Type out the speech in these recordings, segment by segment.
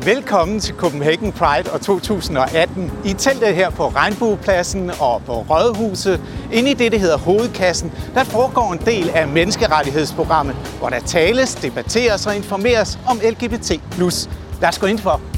Velkommen til Copenhagen Pride år 2018. I teltet her på Regnbuepladsen og på Rådhuset, inde i det, der hedder Hovedkassen, der foregår en del af menneskerettighedsprogrammet, hvor der tales, debatteres og informeres om LGBT+. Lad os gå ind for.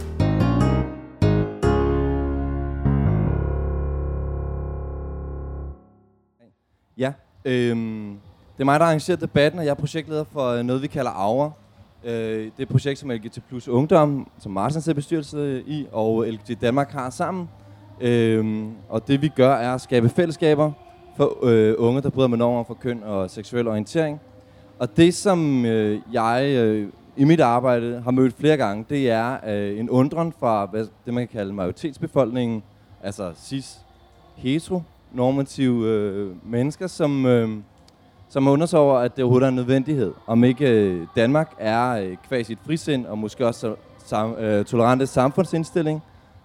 Ja, det er mig, der arrangerer debatten, og jeg er projektleder for noget, vi kalder Aura. Det er et projekt, som LGBT Plus Ungdom, som Martin sidder bestyrelse i, og LGBT Danmark har sammen. Og det vi gør, er at skabe fællesskaber for unge, der bryder med normer for køn og seksuel orientering. Og det, som jeg i mit arbejde har mødt flere gange, det er en undren fra det, man kan kalde majoritetsbefolkningen, altså cis, heteronormative mennesker, som undrer sig over, at det overhovedet er en nødvendighed. Om ikke Danmark er kvæg sit frisind og måske også tolerante samfundsindstilling,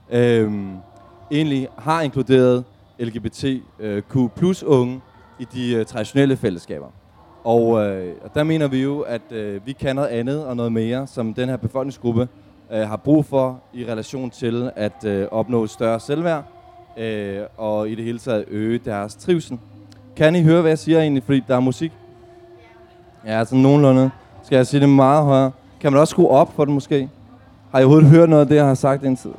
egentlig har inkluderet LGBTQ plus unge i de traditionelle fællesskaber. Og der mener vi jo, at vi kan noget andet og noget mere, som den her befolkningsgruppe har brug for i relation til at opnå større selvværd og i det hele taget øge deres trivsel. Kan I høre, hvad jeg siger egentlig, fordi der er musik? Ja, altså nogenlunde. Skal jeg sige det meget højere? Kan man også skrue op for det måske? Har I overhovedet hørt noget af det, jeg har sagt indtil?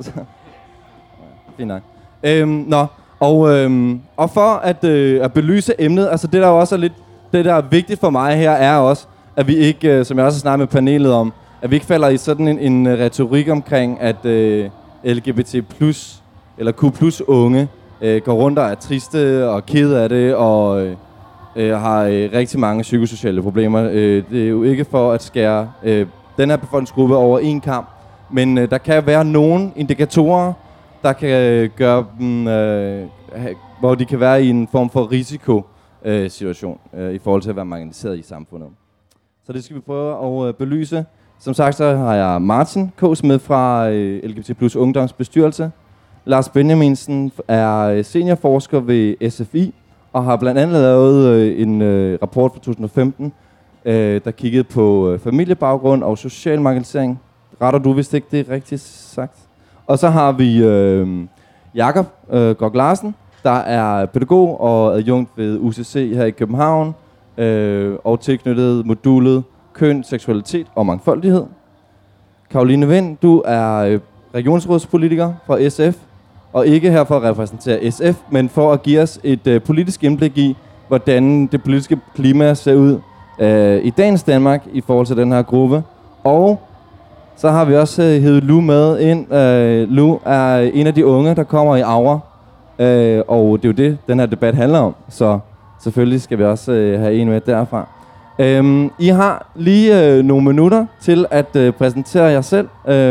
Fint nok. Og for at belyse emnet, altså det der også er lidt, det der er vigtigt for mig her, er også, at vi ikke, som jeg også har snakket med panelet om, at vi ikke falder i sådan en retorik omkring, at LGBT plus eller Q plus unge går rundt og er triste og kede af det og har rigtig mange psykosociale problemer. Det er jo ikke for at skære den her befolkningsgruppe over en kamp, men der kan være nogle indikatorer, der kan gøre dem, hvor de kan være i en form for risikosituation i forhold til at være marginaliseret i samfundet. Så det skal vi prøve at belyse. Som sagt, så har jeg Martin Kås med fra LGBT Plus Ungdoms bestyrelse. Lars Benjaminsen er seniorforsker ved SFI og har blandt andet lavet en rapport fra 2015, der kiggede på familiebaggrund og social marginalisering. Retter du, hvis ikke det er rigtigt sagt? Og så har vi Jakob Gok Larsen, der er pædagog og adjunkt ved UCC her i København og tilknyttet modulet køn, seksualitet og mangfoldighed. Caroline Vind, du er regionsrådspolitiker fra SF, og ikke her for at repræsentere SF, men for at give os et politisk indblik i, hvordan det politiske klima ser ud i dagens Danmark i forhold til den her gruppe. Og så har vi også hevet Lu med ind. Lu er en af de unge, der kommer i Aura, og det er jo det, den her debat handler om. Så selvfølgelig skal vi også have en med derfra. I har lige nogle minutter til at præsentere jer selv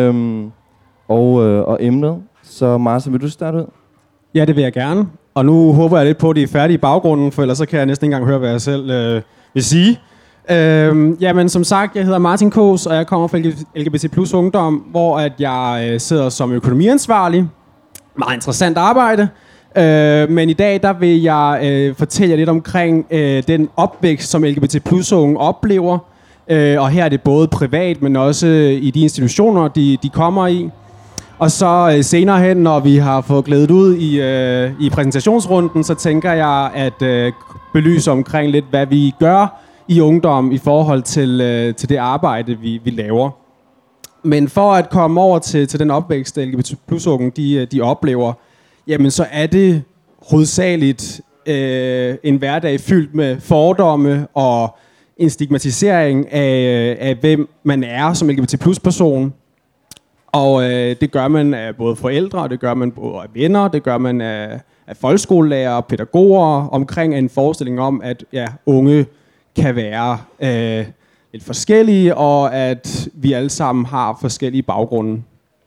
og emnet. Så Martin, vil du starte ud? Ja, det vil jeg gerne. Og nu håber jeg lidt på, at de er færdige i baggrunden, for ellers så kan jeg næsten ikke engang høre, hvad jeg selv vil sige. Jamen, som sagt, jeg hedder Martin Kås, og jeg kommer fra LGBT Plus Ungdom, hvor at jeg sidder som økonomiansvarlig. Meget interessant arbejde. Men i dag, der vil jeg fortælle jer lidt omkring den opvækst, som LGBT Plus unge oplever. Og her er det både privat, men også i de institutioner, de kommer i. Og så senere hen, når vi har fået glædet ud i præsentationsrunden, så tænker jeg at belyse omkring lidt, hvad vi gør i ungdom i forhold til det arbejde, vi laver. Men for at komme over til den opvækst, LGBT plus unge de oplever, jamen så er det hovedsageligt en hverdag fyldt med fordomme og en stigmatisering af hvem man er som LGBT plus person. Og det gør man af både forældre, det gør man både af venner, det gør man af folkeskolelærer, pædagoger, omkring en forestilling om, at unge kan være lidt forskellige, og at vi alle sammen har forskellige baggrunde.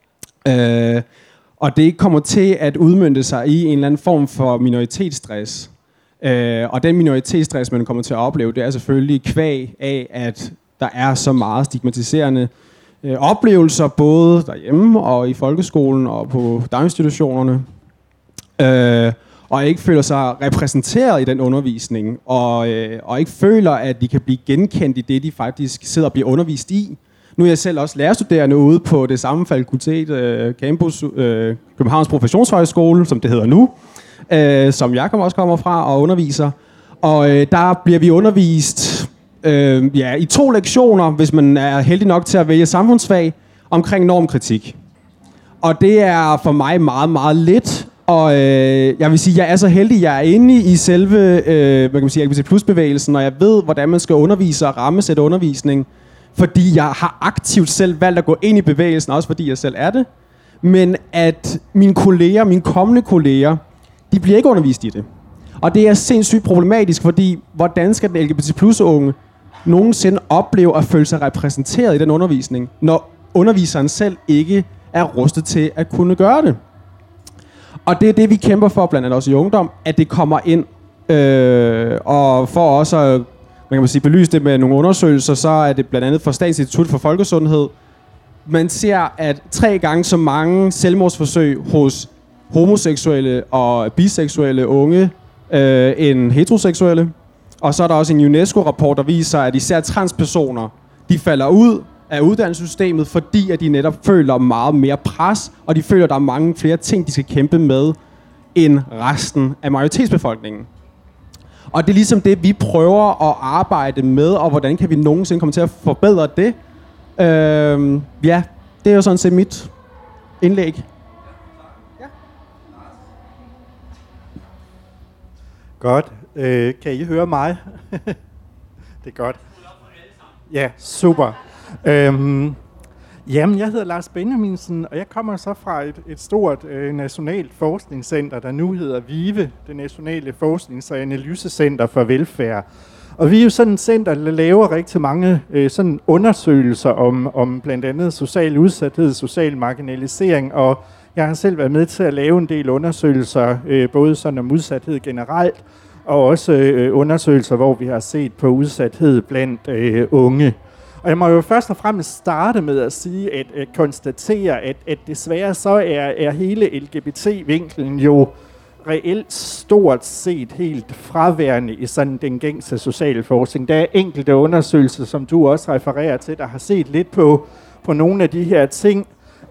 Og det kommer til at udmønte sig i en eller anden form for minoritetsstress. Og den minoritetsstress, man kommer til at opleve, det er selvfølgelig kvæg af, at der er så meget stigmatiserende oplevelser, både derhjemme og i folkeskolen og på daginstitutionerne. Og ikke føler sig repræsenteret i den undervisning, og ikke føler, at de kan blive genkendt i det, de faktisk sidder og bliver undervist i. Nu er jeg selv også lærerstuderende ude på det samme fakultet, campus, Københavns Professionshøjskole, som det hedder nu, som jeg også kommer fra og underviser. Og der bliver vi undervist i 2 lektioner, hvis man er heldig nok til at vælge samfundsfag, omkring normkritik. Og det er for mig meget, meget lidt. Og jeg vil sige, jeg er så heldig, jeg er inde i selve LGBT+-bevægelsen, og jeg ved, hvordan man skal undervise og rammesætte undervisning. Fordi jeg har aktivt selv valgt at gå ind i bevægelsen, også fordi jeg selv er det. Men at mine kommende kolleger, de bliver ikke undervist i det. Og det er sindssygt problematisk, fordi hvordan skal den LGBT+-unge nogensinde opleve at føle sig repræsenteret i den undervisning, når underviseren selv ikke er rustet til at kunne gøre det. Og det er det, vi kæmper for, blandt andet også i ungdom, at det kommer ind. Og for også at belyse det med nogle undersøgelser, så er det blandt andet fra Statens Institut for Folkesundhed. Man ser, at 3 gange så mange selvmordsforsøg hos homoseksuelle og biseksuelle unge end heteroseksuelle. Og så er der også en UNESCO-rapport, der viser, at især transpersoner, de falder ud af uddannelsessystemet, fordi at de netop føler meget mere pres, og de føler, at der er mange flere ting, de skal kæmpe med, end resten af majoritetsbefolkningen. Og det er ligesom det, vi prøver at arbejde med, og hvordan kan vi nogensinde komme til at forbedre det. Det er jo sådan set mit indlæg. Godt. Kan I høre mig? Det er godt. Ja, super. Jamen, jeg hedder Lars Benjaminsen, og jeg kommer så fra et stort nationalt forskningscenter, der nu hedder VIVE, det Nationale Forsknings- og Analysecenter for Velfærd. Og vi er jo sådan et center, der laver rigtig mange sådan undersøgelser om blandt andet social udsathed, social marginalisering, og jeg har selv været med til at lave en del undersøgelser, både sådan om udsathed generelt, og også undersøgelser, hvor vi har set på udsathed blandt unge. Og jeg må jo først og fremmest starte med at sige, at konstatere, at desværre så er hele LGBT-vinklen jo reelt stort set helt fraværende i sådan den gængse sociale forskning. Der er enkelte undersøgelser, som du også refererer til, der har set lidt på nogle af de her ting.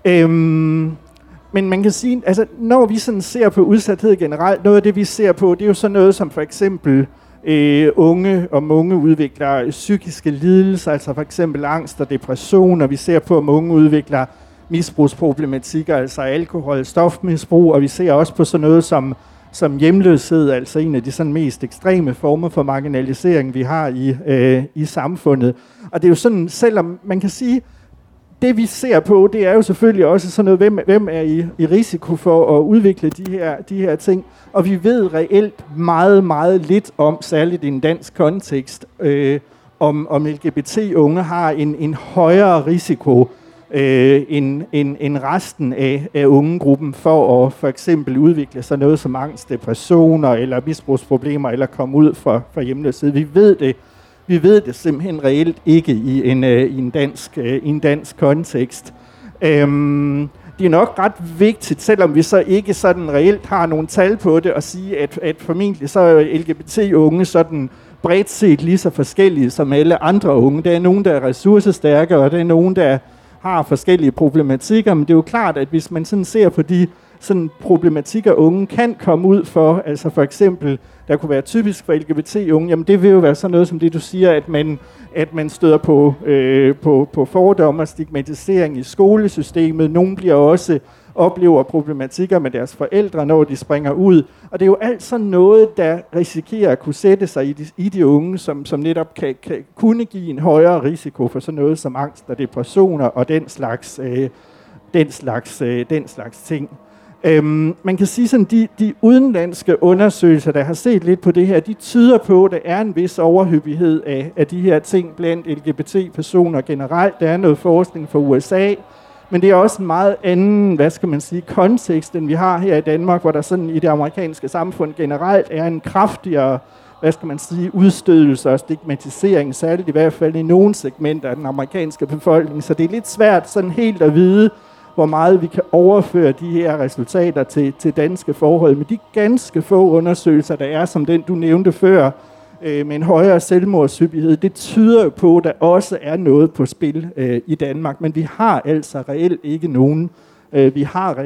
Men man kan sige, altså når vi sådan ser på udsathed generelt, noget af det vi ser på, det er jo sådan noget som for eksempel unge udvikler psykiske lidelser, altså for eksempel angst og depression, og vi ser på, om unge udvikler misbrugsproblematikker, altså alkohol, stofmisbrug, og vi ser også på sådan noget som hjemløshed, altså en af de sådan mest ekstreme former for marginalisering, vi har i samfundet. Og det er jo sådan, selvom man kan sige, det vi ser på, det er jo selvfølgelig også sådan noget, hvem er i risiko for at udvikle de her ting. Og vi ved reelt meget, meget lidt om, særligt i en dansk kontekst, om LGBT-unge har en højere risiko end resten af ungegruppen for eksempel udvikle sig noget som angst, depressioner eller misbrugsproblemer eller komme ud for hjemløshed. Vi ved det simpelthen reelt ikke i en dansk kontekst. Det er nok ret vigtigt, selvom vi så ikke sådan reelt har nogle tal på det, at sige, at formentlig så er LGBT-unge sådan bredt set lige så forskellige som alle andre unge. Der er nogen, der er ressourcestærke, og der er nogen, der har forskellige problematikker, men det er jo klart, at hvis man sådan ser på de sådan problematikker, unge kan komme ud for, altså for eksempel, der kunne være typisk for LGBT-unge, jamen det vil jo være sådan noget som det, du siger, at man støder på fordomme og stigmatisering i skolesystemet. Nogle bliver også oplever problematikker med deres forældre, når de springer ud. Og det er jo alt sådan noget, der risikerer at kunne sætte sig i de unge, som netop kan kunne give en højere risiko for sådan noget som angst og depressioner og den slags ting. Man kan sige sådan, de udenlandske undersøgelser, der har set lidt på det her, de tyder på, at der er en vis overhyppighed af de her ting blandt LGBT-personer generelt. Der er noget forskning fra USA, men det er også en meget anden, kontekst, end vi har her i Danmark, hvor der sådan i det amerikanske samfund generelt er en kraftigere, udstødelse og stigmatisering, særligt i hvert fald i nogle segmenter af den amerikanske befolkning. Så det er lidt svært sådan helt at vide, hvor meget vi kan overføre de her resultater til danske forhold. Men de ganske få undersøgelser, der er, som den du nævnte før, med en højere selvmordshyppighed, det tyder jo på, at der også er noget på spil i Danmark, men vi har altså reelt ikke nogen. Vi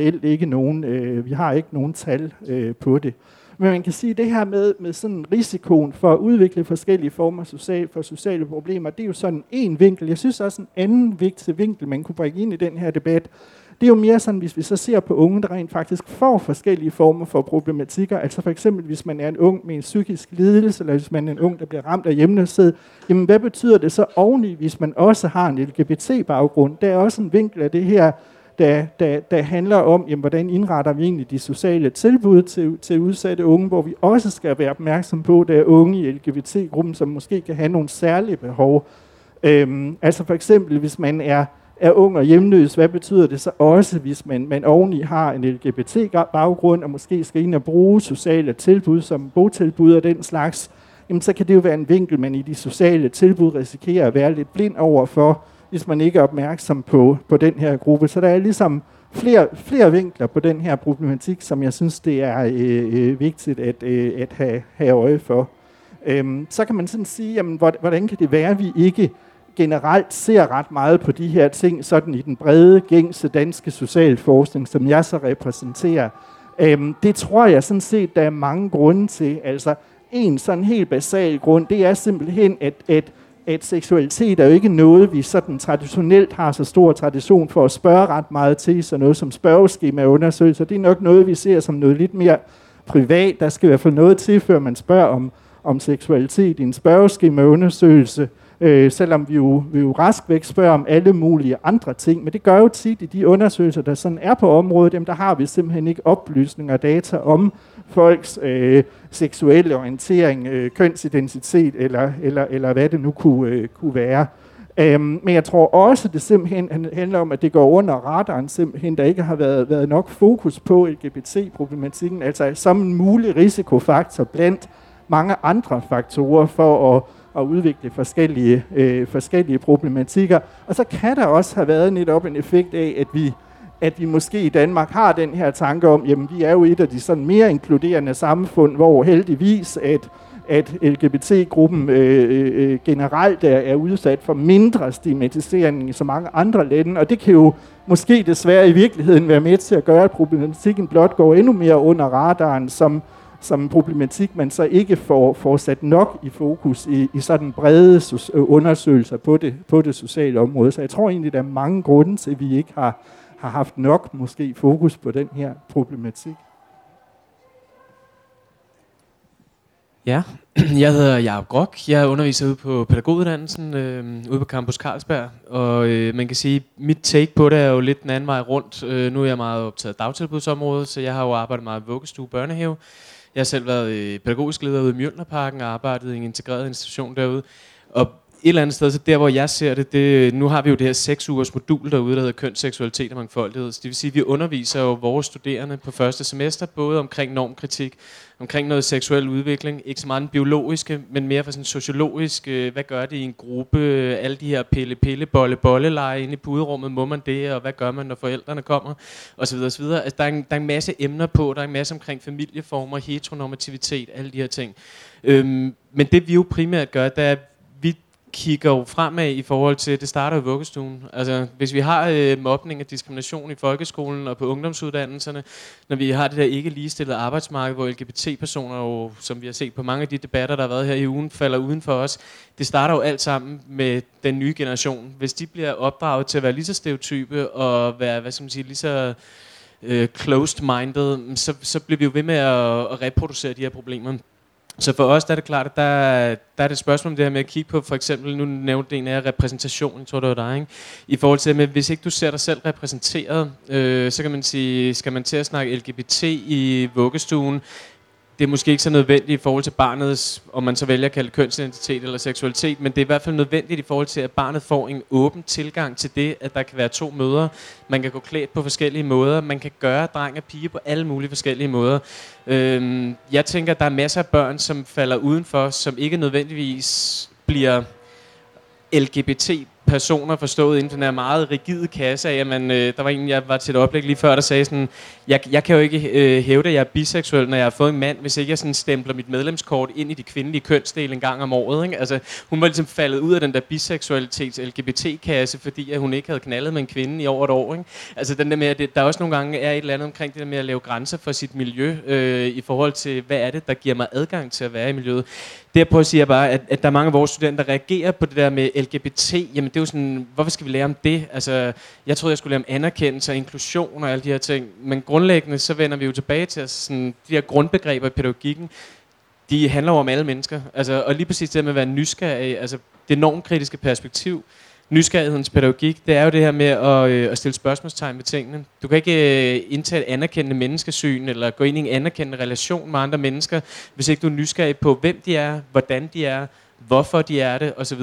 har ikke nogen tal på det. Men man kan sige, at det her med sådan risikoen for at udvikle forskellige former for sociale problemer, det er jo sådan en vinkel. Jeg synes også en anden vigtig vinkel, man kunne bringe ind i den her debat, det er jo mere sådan, hvis vi så ser på unge, der rent faktisk får forskellige former for problematikker. Altså for eksempel, hvis man er en ung med en psykisk lidelse, eller hvis man er en ung, der bliver ramt af hjemløshed, jamen hvad betyder det så oveni, hvis man også har en LGBT-baggrund? Der er også en vinkel af det her, der handler om, jamen, hvordan indretter vi egentlig de sociale tilbud til udsatte unge, hvor vi også skal være opmærksom på, at der er unge i LGBT-gruppen, som måske kan have nogle særlige behov. Altså for eksempel, hvis man er ung og hjemløs, hvad betyder det så også, hvis man oveni har en LGBT-baggrund, og måske skal ind og bruge sociale tilbud som botilbud og den slags, jamen så kan det jo være en vinkel, man i de sociale tilbud risikerer at være lidt blind overfor, hvis man ikke er opmærksom på den her gruppe. Så der er ligesom flere vinkler på den her problematik, som jeg synes, det er vigtigt at have øje for. Så kan man sådan sige, jamen, hvordan kan det være, at vi ikke generelt ser ret meget på de her ting, sådan i den brede, gængse danske socialforskning, som jeg så repræsenterer. Det tror jeg sådan set, der er mange grunde til. Altså, en sådan helt basal grund, det er simpelthen, at seksualitet er jo ikke noget, vi sådan traditionelt har så stor tradition for at spørge ret meget til, så noget som spørgeskemaundersøgelser. Det er nok noget, vi ser som noget lidt mere privat. Der skal i hvert fald noget til, før man spørger om seksualitet i en spørgeskemaundersøgelse. Selvom vi jo rask væk spørger om alle mulige andre ting, men det gør jo tit i de undersøgelser, der sådan er på området, dem der har vi simpelthen ikke oplysninger og data om folks seksuelle orientering, kønsidentitet eller hvad det nu kunne være. Men jeg tror også, det simpelthen handler om, at det går under radaren simpelthen, der ikke har været nok fokus på LGBT-problematikken, altså som en mulig risikofaktor blandt mange andre faktorer for at udvikle forskellige problematikker. Og så kan der også have været netop en effekt af, at vi måske i Danmark har den her tanke om, jamen vi er jo et af de sådan mere inkluderende samfund, hvor heldigvis at LGBT-gruppen generelt er udsat for mindre stigmatisering i så mange andre lande, og det kan jo måske desværre i virkeligheden være med til at gøre, at problematikken blot går endnu mere under radaren, som en problematik, man så ikke får sat nok i fokus i sådan brede undersøgelser på det sociale område. Så jeg tror egentlig, der er mange grunde til, at vi ikke har haft nok måske fokus på den her problematik. Ja, jeg hedder Jacob Grock. Jeg underviser ude på pædagoguddannelsen ude på Campus Carlsberg, og man kan sige, at mit take på det er jo lidt den anden vej rundt. Nu er jeg meget optaget af dagtilbudsområdet, så jeg har jo arbejdet meget i vuggestue, børnehave. Jeg har selv været pædagogisk leder ude i Mjølnerparken og arbejdet i en integreret institution derude. Og et eller andet sted, så der hvor jeg ser det, nu har vi jo det her 6 ugers modul derude, der hedder køn, seksualitet og mangfoldighed. Så det vil sige, at vi underviser jo vores studerende på første semester, både omkring normkritik, omkring noget seksuel udvikling, ikke så meget den biologiske, men mere for sådan sociologisk, hvad gør det i en gruppe, alle de her pille-bolle-bolle-leje inde i puderummet, må man det, og hvad gør man, når forældrene kommer, osv. osv. Altså, der er en masse emner på, der er en masse omkring familieformer, heteronormativitet, alle de her ting. Men det vi jo primært gør, det er, kigger jo fremad i forhold til, det starter i vuggestuen. Altså, hvis vi har mobning og diskrimination i folkeskolen og på ungdomsuddannelserne, når vi har det der ikke ligestillede arbejdsmarked, hvor LGBT-personer jo, som vi har set på mange af de debatter, der har været her i ugen, falder uden for os. Det starter jo alt sammen med den nye generation. Hvis de bliver opdraget til at være lige så stereotype og være, hvad skal man sige, lige så closed-minded, så bliver vi jo ved med at reproducere de her problemer. Så for os der er det klart, at der er det et spørgsmål om det her med at kigge på, for eksempel, nu nævnte en af repræsentation, jeg tror det var dig, ikke? I forhold til, at hvis ikke du ser dig selv repræsenteret, så kan man sige, skal man til at snakke LGBT i vuggestuen, det er måske ikke så nødvendigt i forhold til barnets, om man så vælger at kalde kønsidentitet eller seksualitet, men det er i hvert fald nødvendigt i forhold til, at barnet får en åben tilgang til det, at der kan være 2 mødre. Man kan gå klædt på forskellige måder. Man kan gøre dreng og pige på alle mulige forskellige måder. Jeg tænker, at der er masser af børn, som falder udenfor, som ikke nødvendigvis bliver LGBT personer forstået inden for den her meget rigide kasse af, at man, der var en, jeg var til et oplæg lige før, der sagde sådan, jeg kan jo ikke hævde, at jeg er biseksuel, når jeg har fået en mand, hvis ikke jeg sådan stempler mit medlemskort ind i de kvindelige kønsdele en gang om året. Ikke? Altså, hun var ligesom faldet ud af den der biseksualitets-LGBT-kasse, fordi at hun ikke havde knaldet med en kvinde i over et år. Ikke? Altså den der med, at der også nogle gange er et eller andet omkring det der med at lave grænser for sit miljø, i forhold til, hvad er det, der giver mig adgang til at være i miljøet. Det jeg prøver at sige er bare, at der er mange af vores studenter, der reagerer på det der med LGBT. Jamen det er jo sådan, hvorfor skal vi lære om det? Altså, jeg troede, jeg skulle lære om anerkendelse og inklusion og alle de her ting. Men grundlæggende, så vender vi jo tilbage til sådan, de her grundbegreber i pædagogikken. De handler jo om alle mennesker. Altså, og lige præcis det med at være nysgerrig, altså det normkritiske perspektiv. Nysgerrighedens pædagogik, det er jo det her med at stille spørgsmålstegn ved tingene. Du kan ikke indtage et anerkendende menneskesyn, eller gå ind i en anerkendende relation med andre mennesker, hvis ikke du er nysgerrig på, hvem de er, hvordan de er, hvorfor de er det, osv.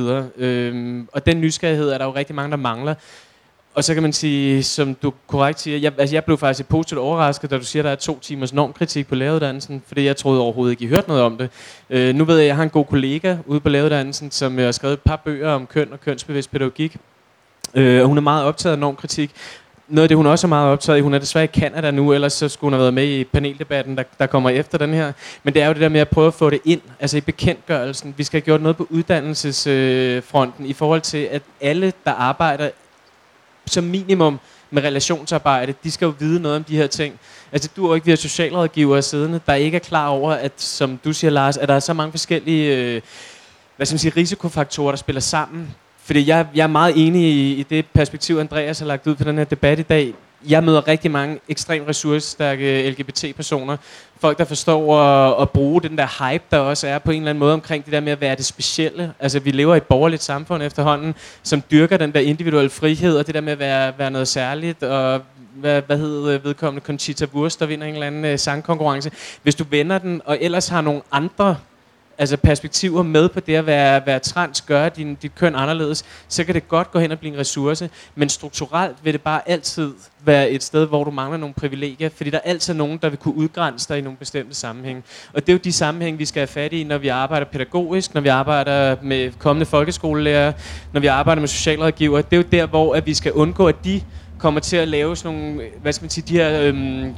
Og den nysgerrighed er der jo rigtig mange, der mangler. Og så kan man sige, som du korrekt siger, jeg blev faktisk positivt overrasket, da du siger, at der er 2 timers normkritik på læreruddannelsen, fordi jeg troede overhovedet ikke, I hørte noget om det. Nu ved jeg, at jeg har en god kollega ude på læreruddannelsen, som har skrevet et par bøger om køn og kønsbevidst pædagogik. Og hun er meget optaget af normkritik. Noget af det, hun også er meget optaget af, hun er desværre i Canada nu, ellers så skulle hun have været med i paneldebatten, der kommer efter den her. Men det er jo det der med at prøve at få det ind, altså i bekendtgørelsen. Vi skal have gjort noget på uddannelsesfronten i forhold til, at alle, der arbejder som minimum med relationsarbejde, de skal jo vide noget om de her ting. Altså du er ikke, vi har socialrådgivere siddende, der ikke er klar over, at som du siger, Lars, at der er så mange forskellige risikofaktorer, der spiller sammen. Fordi jeg er meget enig i det perspektiv, Andreas har lagt ud på den her debat i dag. Jeg møder rigtig mange ekstremt ressourcestærke LGBT-personer. Folk, der forstår at bruge den der hype, der også er på en eller anden måde omkring det der med at være det specielle. Altså, vi lever i et borgerligt samfund efterhånden, som dyrker den der individuelle frihed, og det der med at være noget særligt, og hvad hedder vedkommende Conchita Wurst, der vinder en eller anden sangkonkurrence. Hvis du vender den, og ellers har nogle andre perspektiver med på det at være trans, gøre dit køn anderledes, så kan det godt gå hen og blive en ressource, men strukturelt vil det bare altid være et sted, hvor du mangler nogle privilegier, fordi der er altid nogen, der vil kunne udgrænse dig i nogle bestemte sammenhæng. Og det er jo de sammenhæng, vi skal have fat i, når vi arbejder pædagogisk, når vi arbejder med kommende folkeskolelærer, når vi arbejder med socialrådgiver. Det er jo der, hvor at vi skal undgå, at de kommer til at lave sådan nogle, de her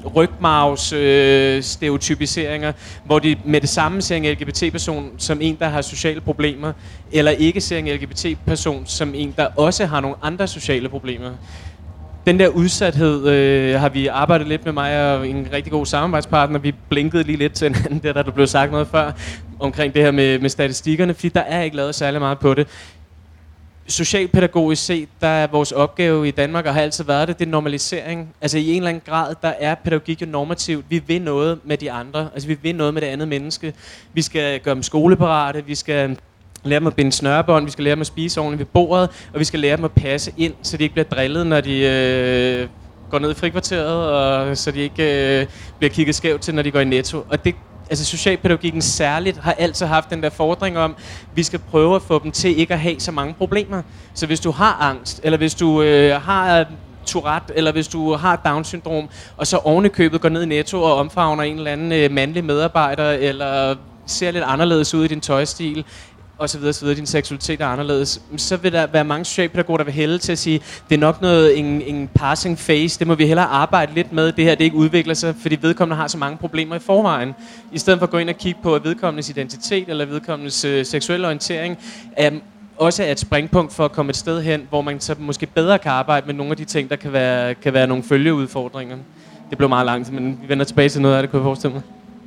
rygmarvs-stereotypiseringer, hvor de med det samme ser en LGBT-person som en, der har sociale problemer, eller ikke ser en LGBT-person som en, der også har nogle andre sociale problemer. Den der udsathed har vi arbejdet lidt med mig og en rigtig god samarbejdspartner. Vi blinkede lige lidt til hinanden, der blev sagt noget før, omkring det her med statistikkerne, fordi der er ikke lavet særlig meget på det. Socialpædagogisk set, der er vores opgave i Danmark, og har altid været det er normalisering. Altså i en eller anden grad, der er pædagogik jo normativt. Vi vil noget med de andre. Altså vi vil noget med det andet menneske. Vi skal gøre dem skoleparate, vi skal lære dem at binde snørebånd, vi skal lære dem at spise ordentligt ved bordet, og vi skal lære dem at passe ind, så de ikke bliver drillet, når de går ned i frikvarteret, og så de ikke bliver kigget skævt til, når de går i Netto. Og det altså socialpædagogikken særligt har altid haft den der fordring om, vi skal prøve at få dem til ikke at have så mange problemer. Så hvis du har angst, eller hvis du har Tourette, eller hvis du har Down-syndrom, og så ovenikøbet går ned i Netto og omfavner en eller anden mandlig medarbejder, eller ser lidt anderledes ud i din tøjstil, og så videre, din seksualitet er anderledes, så vil der være mange socialpædagoger, der vil hælde til at sige, det er nok noget en passing phase, det må vi hellere arbejde lidt med, det her det ikke udvikler sig, fordi vedkommende har så mange problemer i forvejen. I stedet for at gå ind og kigge på, at vedkommendes identitet eller vedkommendes seksuelle orientering også er et springpunkt for at komme et sted hen, hvor man så måske bedre kan arbejde med nogle af de ting, der kan være nogle følgeudfordringer. Det blev meget langt, men vi vender tilbage til noget af det, kunne jeg forestille mig.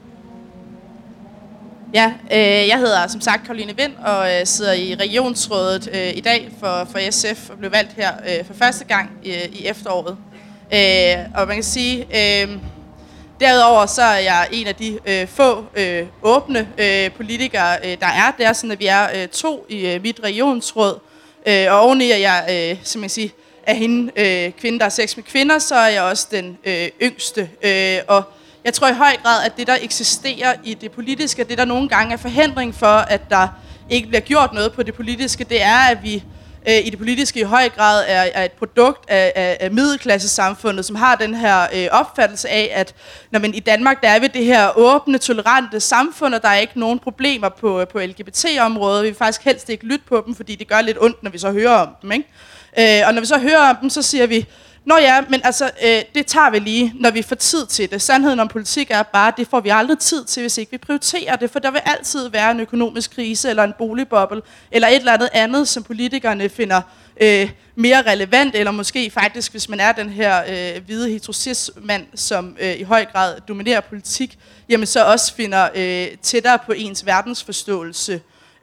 Ja, jeg hedder som sagt Caroline Vind og sidder i regionsrådet i dag for SF og blev valgt her for første gang i efteråret. Og man kan sige, derudover så er jeg en af de få åbne politikere, der er. Det er sådan, at vi er 2 i mit regionsråd, og oveni at jeg, som jeg siger, er hende kvinde, der er sex med kvinder, så er jeg også den yngste. Og jeg tror i høj grad, at det, der eksisterer i det politiske, det der nogle gange er forhindring for, at der ikke bliver gjort noget på det politiske, det er, at vi i det politiske i høj grad er et produkt af middelklassesamfundet, som har den her opfattelse af, at når man i Danmark, der er ved det her åbne, tolerante samfund, og der er ikke nogen problemer på LGBT-området. Vi vil faktisk helst ikke lytte på dem, fordi det gør lidt ondt, når vi så hører om dem, ikke? Og når vi så hører om dem, så siger vi, nå ja, men altså, det tager vi lige, når vi får tid til det. Sandheden om politik er bare, det får vi aldrig tid til, hvis ikke vi prioriterer det, for der vil altid være en økonomisk krise, eller en boligboble, eller et eller andet, som politikerne finder mere relevant, eller måske faktisk, hvis man er den her hvide heterosis-mand, som i høj grad dominerer politik, jamen så også finder tættere på ens verdensforståelse.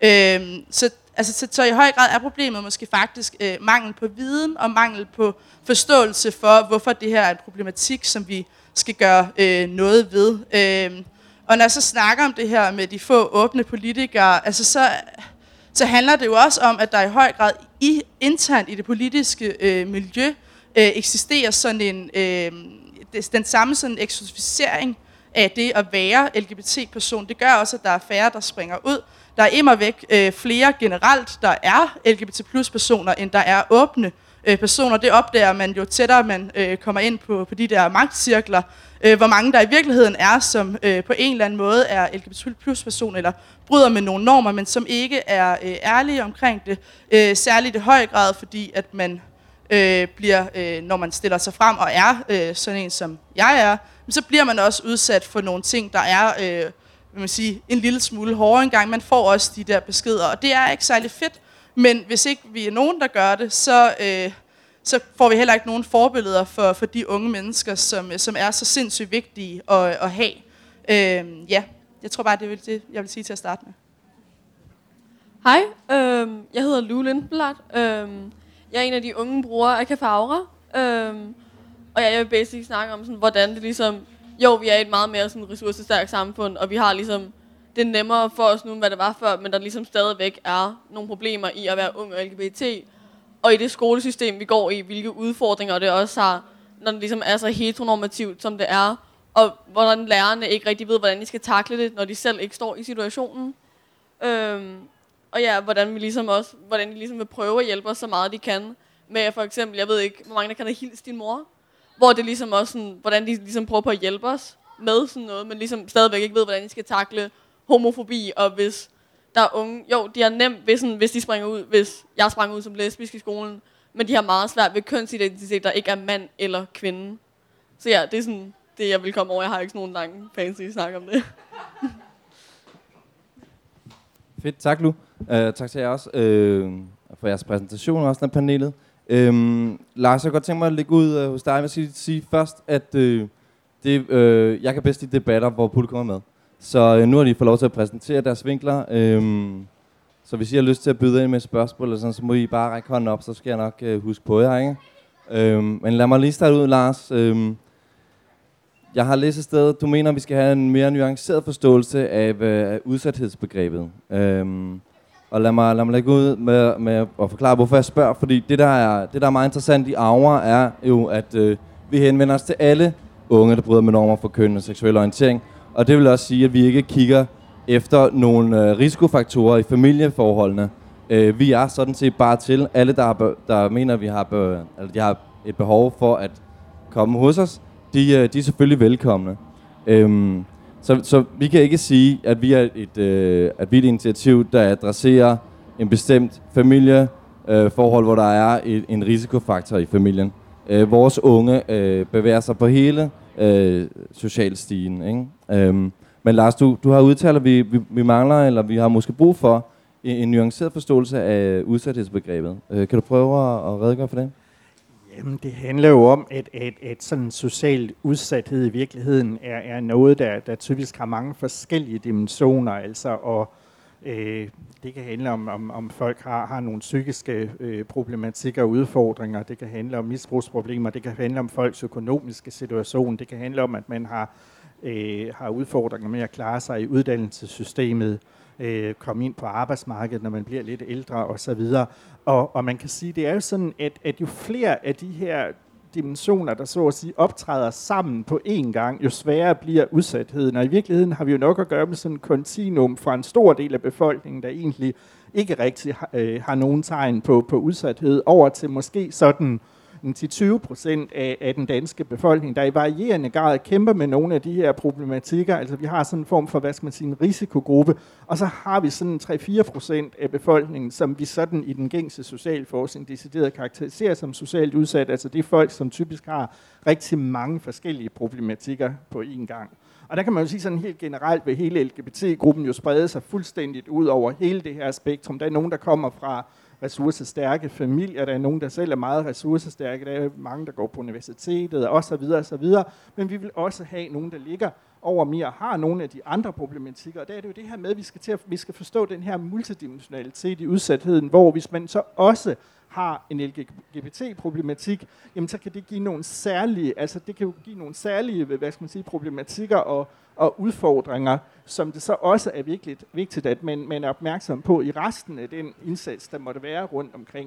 Så i høj grad er problemet måske faktisk mangel på viden og mangel på forståelse for, hvorfor det her er en problematik, som vi skal gøre noget ved. Og når jeg så snakker om det her med de få åbne politikere, altså så handler det jo også om, at der i høj grad internt i det politiske miljø eksisterer sådan den samme sådan eksotificering af det at være LGBT-person. Det gør også, at der er færre, der springer ud. Der er immervæk flere generelt, der er LGBT+-personer, end der er åbne personer. Det opdager man jo tættere, man kommer ind på de der magtcirkler. Hvor mange der i virkeligheden er, som på en eller anden måde er LGBT+-personer, eller bryder med nogle normer, men som ikke er ærlige omkring det. Særligt i høj grad, fordi at man bliver, når man stiller sig frem og er sådan en, som jeg er, så bliver man også udsat for nogle ting, der er en lille smule hårdere engang. Man får også de der beskeder, og det er ikke særlig fedt. Men hvis ikke vi er nogen, der gør det, så får vi heller ikke nogen forbilleder for de unge mennesker, som er så sindssygt vigtige at have. Jeg tror bare, det er det, jeg vil sige til at starte med. Hej, jeg hedder Lue Lindblad. Jeg er en af de unge brugere af Café Aura. Og jeg vil basic snakke om, sådan, hvordan det ligesom... Jo, vi er et meget mere sådan, ressourcestærkt samfund, og vi har ligesom... Det er nemmere for os nu, end hvad det var før, men der ligesom stadigvæk er nogle problemer i at være ung og LGBT. Og i det skolesystem, vi går i, hvilke udfordringer det også har, når det ligesom er så heteronormativt, som det er. Og hvordan lærerne ikke rigtig ved, hvordan de skal takle det, når de selv ikke står i situationen. Og ja, hvordan de ligesom vil prøve at hjælpe os så meget, de kan. Med for eksempel, jeg ved ikke, hvor mange der kan have hils din mor. Hvor det ligesom også sådan, hvordan de ligesom prøver på at hjælpe os med sådan noget, men ligesom stadigvæk ikke ved, hvordan de skal takle homofobi, og hvis der er unge... Jo, de har nemt, hvis de springer ud, hvis jeg sprang ud som lesbisk i skolen, men de har meget svært ved kønsidentitet, der ikke er mand eller kvinde. Så ja, det er sådan det, jeg vil komme over. Jeg har ikke sådan nogen lange fancy snak om det. Fedt, tak Lu. Tak til jer også for jeres præsentation og også af panelet. Lars, jeg kan godt tænke mig at lægge ud hos dig. Jeg vil sige først, at jeg kan bedst i debatter, hvor publikum er med. Så nu har de fået lov til at præsentere deres vinkler. Så hvis I har lyst til at byde ind med spørgsmål, eller sådan, så må I bare række hånden op, så skal jeg nok huske på jer, ikke? Men lad mig lige starte ud, Lars. Jeg har læst et sted, du mener, at vi skal have en mere nuanceret forståelse af udsatthedsbegrebet. Og lad mig lægge ud med at forklare, hvorfor jeg spørger. Fordi det, der er meget interessant i Aura, er jo, at vi henvender os til alle unge, der bryder med normer for køn og seksuel orientering. Og det vil også sige, at vi ikke kigger efter nogle risikofaktorer i familieforholdene. Vi er sådan set bare til alle, der mener, at de har et behov for at komme hos os. De er selvfølgelig velkomne. Så vi kan ikke sige, at vi er et initiativ, der adresserer en bestemt familieforhold, hvor der er en risikofaktor i familien. Vores unge bevæger sig på hele socialstigen, ikke? Men Lars, du har udtalt, at vi mangler, eller vi har måske brug for en nuanceret forståelse af udsatthedsbegrebet. Kan du prøve at redegøre for det? Jamen, det handler jo om, at sådan social udsathed i virkeligheden er noget, der typisk har mange forskellige dimensioner. Altså, og det kan handle om folk har nogle psykiske problematikker og udfordringer. Det kan handle om misbrugsproblemer. Det kan handle om folks økonomiske situation. Det kan handle om, at man har udfordringer med at klare sig i uddannelsessystemet, komme ind på arbejdsmarkedet, når man bliver lidt ældre osv. Og man kan sige, det er jo sådan, at jo flere af de her dimensioner, der så at sige optræder sammen på én gang, jo sværere bliver udsatheden. Og i virkeligheden har vi jo nok at gøre med sådan en kontinuum fra en stor del af befolkningen, der egentlig ikke rigtig har nogen tegn på udsathed, over til måske sådan 10-20% af den danske befolkning, der i varierende grad kæmper med nogle af de her problematikker. Altså vi har sådan en form for, hvad skal man sige, en risikogruppe, og så har vi sådan 3-4% af befolkningen, som vi sådan i den gængse socialforskning decideret karakteriserer som socialt udsat. Altså det er folk, som typisk har rigtig mange forskellige problematikker på én gang. Og der kan man jo sige sådan helt generelt, ved hele LGBT-gruppen jo sprede sig fuldstændigt ud over hele det her spektrum. Der er nogen, der kommer fra ressourcestærke familier, der er nogen, der selv er meget ressourcestærke, der er mange, der går på universitetet, og så videre, og så videre. Men vi vil også have nogen, der ligger over mere og har nogle af de andre problematikker. Og der er det jo det her med, at vi skal forstå den her multidimensionalitet i udsatheden, hvor hvis man så også har en LGBT-problematik, jamen så kan det give nogle særlige, altså det kan jo give nogle særlige, hvad skal man sige, problematikker og udfordringer, som det så også er virkelig vigtigt, at man er opmærksom på i resten af den indsats, der måtte være rundt omkring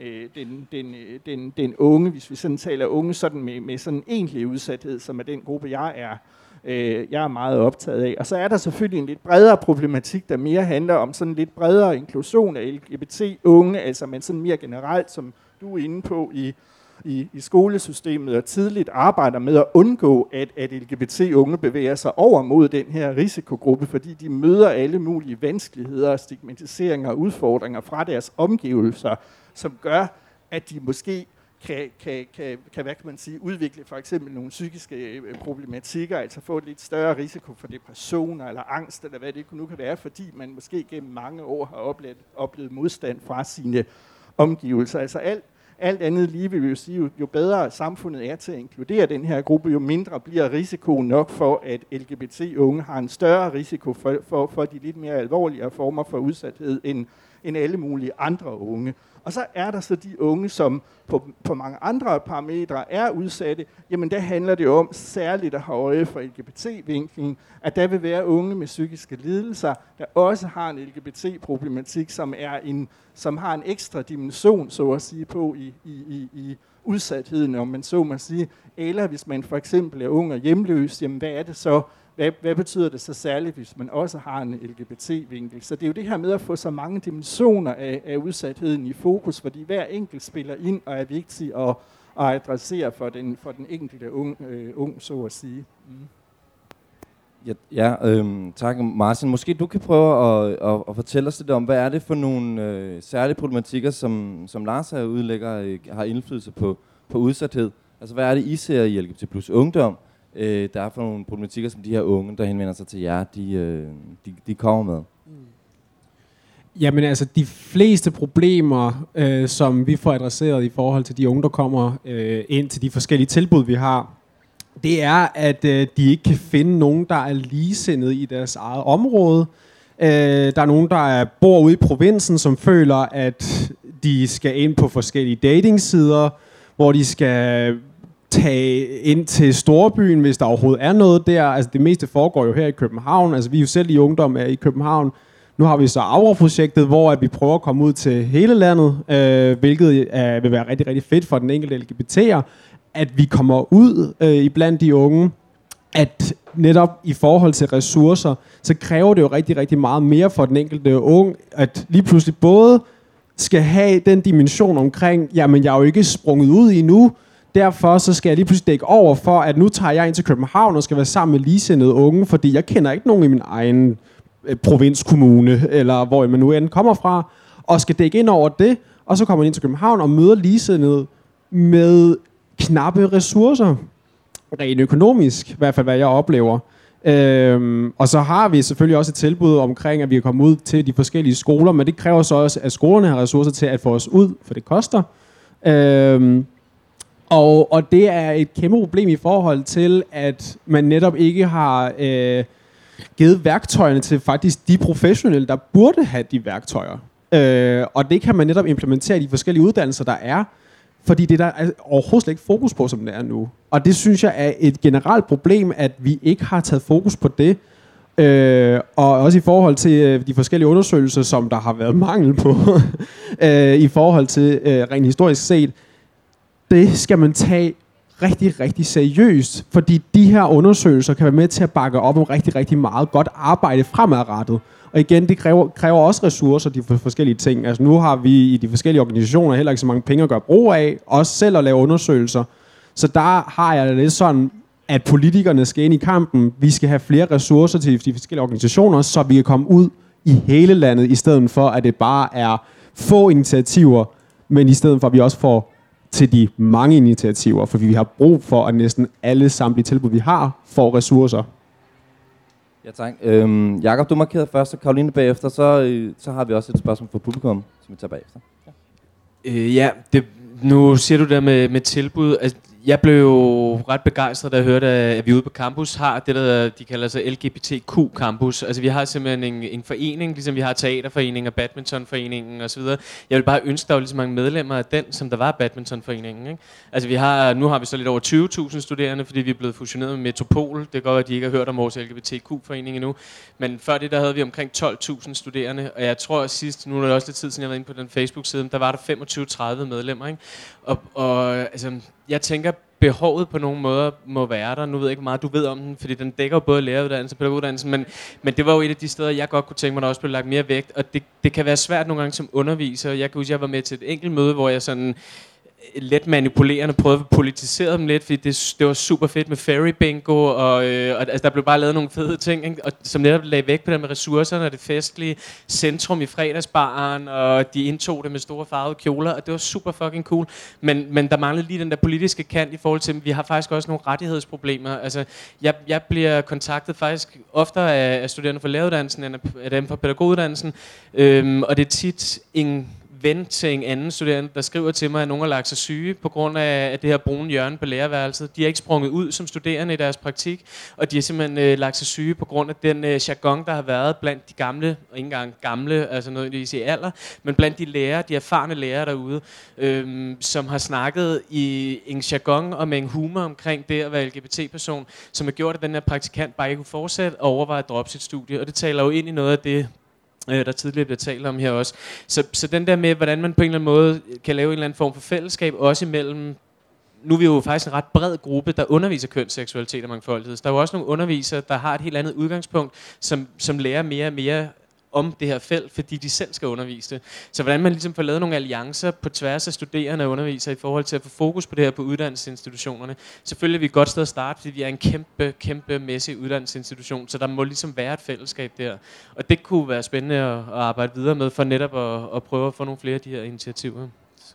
den unge, hvis vi sådan taler unge sådan med sådan egentlig udsathed, som er den gruppe, jeg er meget optaget af. Og så er der selvfølgelig en lidt bredere problematik, der mere handler om sådan lidt bredere inklusion af LGBT-unge, altså men sådan mere generelt, som du er inde på i skolesystemet, og tidligt arbejder med at undgå, at LGBT-unge bevæger sig over mod den her risikogruppe, fordi de møder alle mulige vanskeligheder, stigmatiseringer og udfordringer fra deres omgivelser, som gør, at de måske kan hvad kan man sige, udvikle for eksempel nogle psykiske problematikker, altså få et lidt større risiko for depressioner eller angst, eller hvad det nu kan være, fordi man måske gennem mange år har oplevet modstand fra sine omgivelser. Altså alt andet lige vil vi jo sige, jo bedre samfundet er til at inkludere den her gruppe, jo mindre bliver risikoen nok for, at LGBT-unge har en større risiko for de lidt mere alvorlige former for udsathed end alle mulige andre unge. Og så er der så de unge, som på mange andre parametre er udsatte. Jamen der handler det jo om særligt at have øje for LGBT-vinklen, at der vil være unge med psykiske lidelser, der også har en LGBT-problematik, som har en ekstra dimension, så at sige, på i udsatheden, om man så må sige. Eller hvis man for eksempel er ung og hjemløs, jamen hvad er det så? Hvad betyder det så særligt, hvis man også har en LGBT-vinkel? Så det er jo det her med at få så mange dimensioner af udsatheden i fokus, fordi hver enkelt spiller ind og er vigtig at adressere for den enkelte ung, så at sige. Tak Martin. Måske du kan prøve at fortælle os lidt om, hvad er det for nogle særlige problematikker, som Lars her udlægger, har indflydelse på udsathed? Altså hvad er det, I ser i LGBT plus ungdom? Der er for nogle problematikker, som de her unge, der henvender sig til jer, de kommer med? Jamen altså, de fleste problemer, som vi får adresseret i forhold til de unge, der kommer ind til de forskellige tilbud, vi har, det er, at de ikke kan finde nogen, der er ligesindede i deres eget område. Der er nogen, der bor ude i provinsen, som føler, at de skal ind på forskellige datingsider, hvor de skal tage ind til storbyen, hvis der overhovedet er noget der. Altså det meste foregår jo her i København. Altså vi er jo selv i ungdom i København. Nu har vi så Aura-projektet, hvor at vi prøver at komme ud til hele landet, hvilket vil være rigtig, rigtig fedt for den enkelte LGBT'er, at vi kommer ud iblandt de unge, at netop i forhold til ressourcer, så kræver det jo rigtig, rigtig meget mere for den enkelte unge, at lige pludselig både skal have den dimension omkring, jamen jeg er jo ikke sprunget ud endnu, derfor så skal jeg lige pludselig dække over for, at nu tager jeg ind til København og skal være sammen med ligesindede unge, fordi jeg kender ikke nogen i min egen provinskommune, eller hvor man nu end kommer fra, og skal dække ind over det, og så kommer man ind til København og møder ligesindede med knappe ressourcer, rent økonomisk, i hvert fald hvad jeg oplever. Og så har vi selvfølgelig også et tilbud omkring, at vi kan komme ud til de forskellige skoler, men det kræver så også, at skolerne har ressourcer til at få os ud, for det koster. Og det er et kæmpe problem i forhold til, at man netop ikke har givet værktøjerne til faktisk de professionelle, der burde have de værktøjer. Og det kan man netop implementere i de forskellige uddannelser, der er, fordi det der er overhovedet slet ikke fokus på, som det er nu. Og det synes jeg er et generelt problem, at vi ikke har taget fokus på det. Og også i forhold til de forskellige undersøgelser, som der har været mangel på, i forhold til rent historisk set, det skal man tage rigtig, rigtig seriøst, fordi de her undersøgelser kan være med til at bakke op om rigtig, rigtig meget godt arbejde fremadrettet. Og igen, det kræver også ressourcer, de forskellige ting. Altså nu har vi i de forskellige organisationer heller ikke så mange penge at gøre brug af, også selv at lave undersøgelser. Så der har jeg det lidt sådan, at politikerne skal ind i kampen. Vi skal have flere ressourcer til de forskellige organisationer, så vi kan komme ud i hele landet, i stedet for, at det bare er få initiativer, men i stedet for, at vi også får til de mange initiativer, fordi vi har brug for, at næsten alle samtlige tilbud, vi har, får ressourcer. Ja, tak. Jakob, du markerede først, og Karoline bagefter, så har vi også et spørgsmål fra publikum, som vi tager bagefter. Ja, nu siger du der med tilbud. Altså, jeg blev jo ret begejstret, da jeg hørte, at vi ude på campus har det, der de kalder sig LGBTQ campus. Altså vi har simpelthen en forening, ligesom vi har teaterforeningen og badmintonforeningen osv. Jeg vil bare ønske, der var lige så mange medlemmer af den, som der var badmintonforeningen. Ikke? Altså nu har vi så lidt over 20.000 studerende, fordi vi er blevet fusioneret med Metropol. Det kan godt være, at de ikke har hørt om vores LGBTQ-forening endnu. Men før det, der havde vi omkring 12.000 studerende. Og jeg tror at sidst, nu er det også lidt tid siden, jeg var inde på den Facebook-side, der var der 25-30 medlemmer. Ikke? Og altså, jeg tænker, behovet på nogle måder må være der. Nu ved jeg ikke, hvor meget du ved om den, fordi den dækker jo både læreruddannelse og pædagoguddannelse, men det var jo et af de steder, jeg godt kunne tænke mig, der også blev lagt mere vægt. Og det kan være svært nogle gange som underviser. Jeg kan huske, jeg var med til et enkelt møde, hvor jeg sådan let manipulerende prøvede at politisere dem lidt, fordi det var super fedt med fairy bingo, og altså, der blev bare lavet nogle fede ting, ikke? Og som netop lagde væk på det med ressourcerne og det festlige centrum i fredagsbaren, og de indtog det med store farvede kjoler, og det var super fucking cool. Men der manglede lige den der politiske kant i forhold til, at vi har faktisk også nogle rettighedsproblemer. Altså, jeg bliver kontaktet faktisk oftere af studerende fra læreruddannelsen, end af dem fra pædagoguddannelsen, og det er tit en ven til en anden studerende, der skriver til mig, at nogen har lagt sig syge på grund af det her brune hjørne på lærerværelset. De er ikke sprunget ud som studerende i deres praktik, og de har simpelthen lagt sig syge på grund af den jargon, der har været blandt de gamle, og ikke engang gamle, altså noget i sig alder, men blandt de lærere, de erfarne lærere derude, som har snakket i en jargon og med en humor omkring det at være LGBT-person, som har gjort, at den her praktikant bare ikke kunne fortsætte og overveje at droppe sit studie. Og det taler jo ind i noget af det, der tidligere bliver talt om her også. Så den der med, hvordan man på en eller anden måde kan lave en eller anden form for fællesskab, også imellem, nu er vi jo faktisk en ret bred gruppe, der underviser kønsseksualitet og mangfoldighed. Så der er jo også nogle undervisere, der har et helt andet udgangspunkt, som lærer mere og mere om det her felt, fordi de selv skal undervise det. Så hvordan man ligesom får lavet nogle alliancer på tværs af studerende og undervisere i forhold til at få fokus på det her på uddannelsesinstitutionerne. Selvfølgelig er vi et godt sted at starte, fordi vi er en kæmpe mæssig uddannelsesinstitution, så der må ligesom være et fællesskab der. Og det kunne være spændende at arbejde videre med, for netop at prøve at få nogle flere af de her initiativer. Så.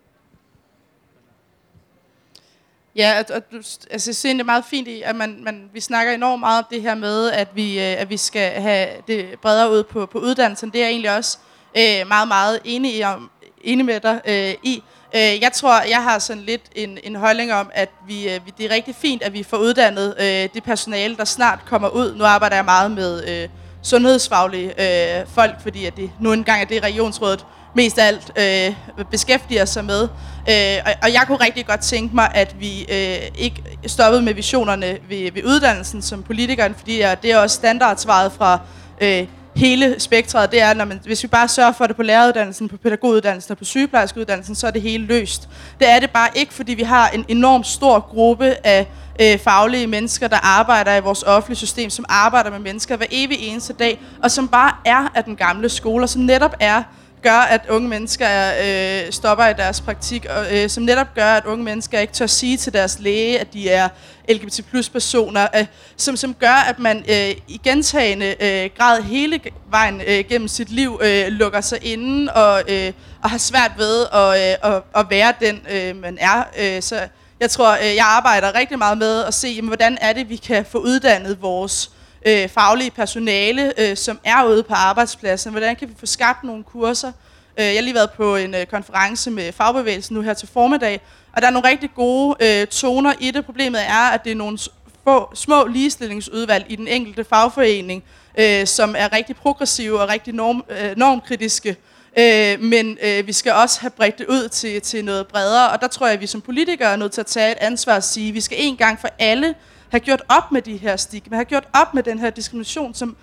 Ja, altså jeg synes det er meget fint i, at vi snakker enormt meget om det her med, at vi skal have det bredere ud på uddannelsen. Det er jeg egentlig også meget enig med dig i. Jeg tror, jeg har sådan lidt en holdning om, at det er rigtig fint, at vi får uddannet det personale, der snart kommer ud. Nu arbejder jeg meget med sundhedsfaglige folk, fordi at det nu engang er det regionsrådet mest af alt beskæftiger sig med. Og jeg kunne rigtig godt tænke mig, at vi ikke stoppede med visionerne ved uddannelsen som politikeren, fordi det er også standardsvaret fra hele spektret. Det er, hvis vi bare sørger for det på læreruddannelsen, på pædagoguddannelsen og på sygeplejerskeuddannelsen, så er det hele løst. Det er det bare ikke, fordi vi har en enormt stor gruppe af faglige mennesker, der arbejder i vores offentlige system, som arbejder med mennesker hver evig eneste dag, og som bare er af den gamle skole, og som netop gør, at unge mennesker stopper i deres praktik, og som netop gør, at unge mennesker ikke tør sige til deres læge, at de er LGBT+-personer, som gør, at man i gentagende grad hele vejen gennem sit liv lukker sig inde og har svært ved at være den, man er. Så jeg tror, jeg arbejder rigtig meget med at se, hvordan er det, vi kan få uddannet vores faglige personale, som er ude på arbejdspladsen. Hvordan kan vi få skabt nogle kurser? Jeg har lige været på en konference med fagbevægelsen nu her til formiddag, og der er nogle rigtig gode toner i det. Problemet er, at det er nogle små ligestillingsudvalg i den enkelte fagforening, som er rigtig progressive og rigtig normkritiske. Men vi skal også have bredt det ud til noget bredere, og der tror jeg, at vi som politikere er nødt til at tage et ansvar og sige, at vi skal en gang for alle have gjort op med de her stigma, have gjort op med den her diskrimination, som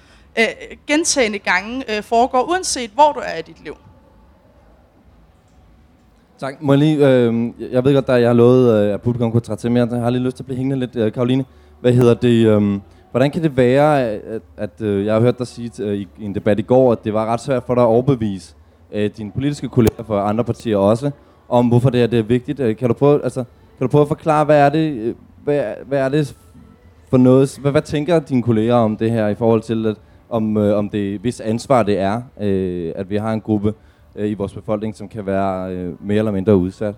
gentagende gange foregår, uanset hvor du er i dit liv. Tak. Må jeg lige, jeg ved godt, at jeg har lovet, at publikum kunne træde til, men jeg har lige lyst til at blive hængende lidt. Caroline, hvad hedder det? Hvordan kan det være, at jeg har hørt dig sige i en debat i går, at det var ret svært for dig at overbevise dine politiske kolleger fra andre partier også, om hvorfor det er vigtigt? Kan du prøve at forklare, hvad er det for noget? Hvad tænker dine kolleger om det her i forhold til, om det hvis ansvar det er, at vi har en gruppe i vores befolkning, som kan være mere eller mindre udsat?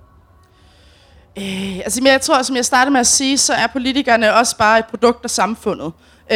Jeg tror, som jeg startede med at sige, så er politikerne også bare et produkt af samfundet.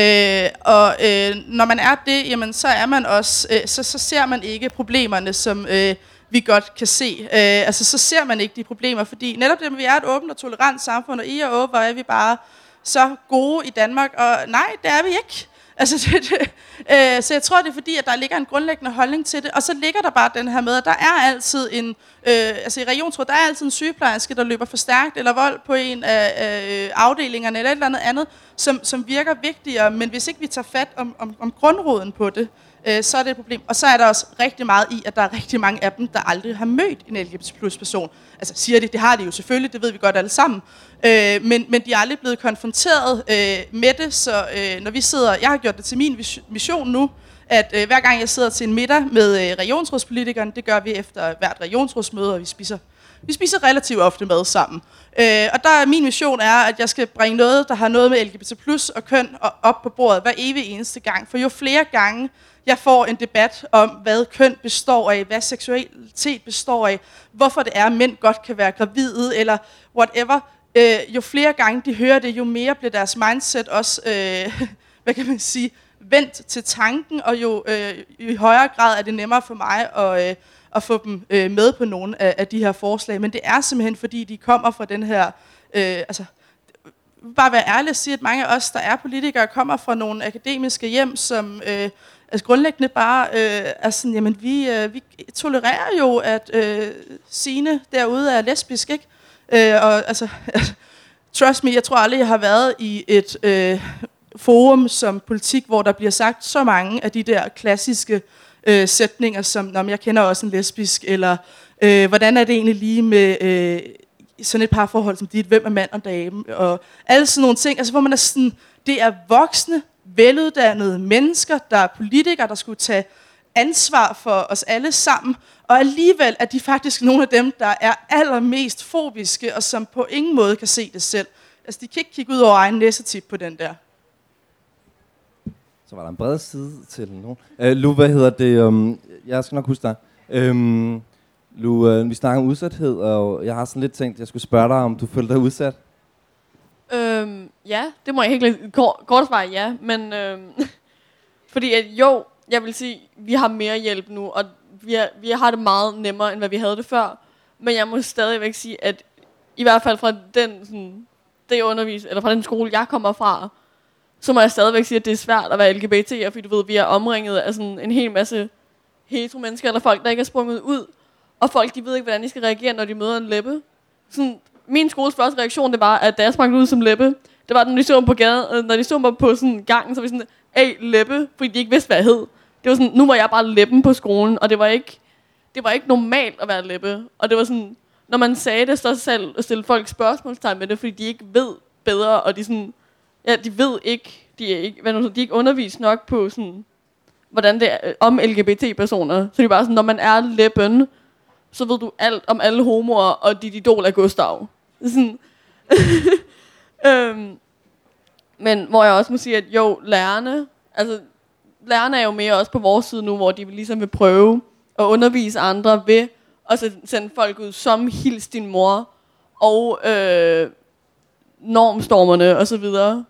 Når man er det, jamen, så er man også, så ser man ikke problemerne, som vi godt kan se. Så ser man ikke de problemer, fordi netop det, vi er et åbent og tolerant samfund, og I og Åbe, er vi bare så gode i Danmark, og nej, det er vi ikke. Så jeg tror, det er fordi, at der ligger en grundlæggende holdning til det, og så ligger der bare den her med, at der er altid en, i regionsrådet, der er altid en sygeplejerske, der løber for stærkt, eller vold på en af afdelingerne, eller et eller andet, som virker vigtigere, men hvis ikke vi tager fat om grundroden på det, så er det et problem. Og så er der også rigtig meget i, at der er rigtig mange af dem, der aldrig har mødt en LGBT+-person. Altså siger det har de jo selvfølgelig, det ved vi godt alle sammen. Men de er aldrig blevet konfronteret med det, så når vi sidder, jeg har gjort det til min mission nu, at hver gang jeg sidder til en middag med regionsrådspolitikerne, det gør vi efter hvert regionsrådsmøde, og vi spiser relativt ofte mad sammen. Og der er min mission er, at jeg skal bringe noget, der har noget med LGBT+ og køn op på bordet hver evig eneste gang. For jo flere gange jeg får en debat om, hvad køn består af, hvad seksualitet består af, hvorfor det er, at mænd godt kan være gravide, eller whatever. Jo flere gange de hører det, jo mere bliver deres mindset også, vendt til tanken, og jo i højere grad er det nemmere for mig at få dem med på nogle af de her forslag. Men det er simpelthen, fordi de kommer fra den her... bare være ærlig og sige, at mange af os, der er politikere, kommer fra nogle akademiske hjem, som grundlæggende bare er sådan, jamen vi tolererer jo, at Signe derude er lesbisk, ikke? Trust me, jeg tror aldrig, jeg har været i et forum som politik, hvor der bliver sagt så mange af de der klassiske sætninger, som, jeg kender også en lesbisk, eller hvordan er det egentlig lige med sådan et parforhold som dit, hvem er mand og dame, og alle sådan nogle ting, hvor man er sådan, det er voksne, veluddannede mennesker, der er politikere, der skulle tage ansvar for os alle sammen, og alligevel er de faktisk nogle af dem, der er allermest fobiske, og som på ingen måde kan se det selv. De kan ikke kigge ud over egen næsetip på den der. Så var der en bred side til nogen. Lu, hvad hedder det? Jeg skal nok huske dig. Lu, vi snakker om udsathed, og jeg har sådan lidt tænkt, at jeg skulle spørge dig, om du følte dig udsat? Ja, det må jeg helt kort svare ja, men fordi at jo, jeg vil sige, vi har mere hjælp nu, og vi har det meget nemmere, end hvad vi havde det før, men jeg må stadigvæk sige, at i hvert fald fra fra den skole, jeg kommer fra, så må jeg stadigvæk sige, at det er svært at være LGBT'er, fordi du ved, vi er omringet af sådan en hel masse hetero mennesker, eller folk, der ikke er sprunget ud, og folk, de ved ikke, hvordan de skal reagere, når de møder en leppe. Sådan, min skoles første reaktion, det var, at da jeg sprang ud som leppe, det var, når de så mig på gaden, når de så mig på sådan gangen, så var vi sådan, hey, leppe, fordi de ikke vidste, hvad jeg hed. Det var sådan, nu var jeg bare leppen på skolen, og det var ikke normalt at være leppe. Og det var sådan, når man sagde det, så selv stille folk spørgsmålstegn med det, fordi de ikke ved bedre, og de sådan, ja, de ved ikke, de er ikke undervist nok på sådan, hvordan det er om LGBT-personer. Så de er bare sådan, når man er leppen, så ved du alt om alle homoer, og dit idol er Gustav. Sådan. Men hvor jeg også må sige, at jo, lærerne er jo mere også på vores side nu, hvor de ligesom vil prøve at undervise andre ved at sende folk ud som hils din mor, og normstormerne og så videre.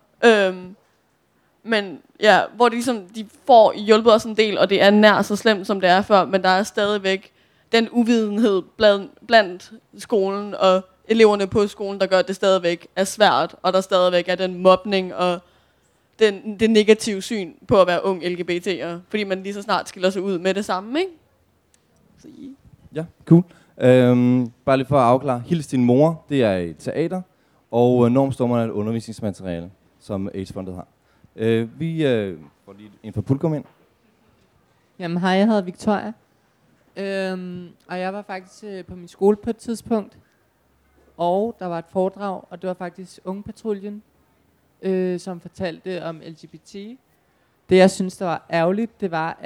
Men ja, hvor de får hjulpet os en del, og det er nær så slemt, som det er før, men der er stadigvæk den uvidenhed blandt skolen og eleverne på skolen, der gør, at det stadigvæk er svært, og der stadigvæk er den mobning og det negative syn på at være ung LGBT'er, fordi man lige så snart skiller sig ud med det samme, ikke? Så, ja, cool. Bare lige for at afklare. Hils din mor, det er et teater, og Normstormerne er et undervisningsmateriale, som AIDS-fondet har. Vi får lige en fra publikum ind. Jamen hej, jeg hedder Victoria. Og jeg var faktisk på min skole på et tidspunkt, og der var et foredrag, og det var faktisk Ungepatruljen, som fortalte om LGBT. Det jeg synes, der var ærgerligt, det var,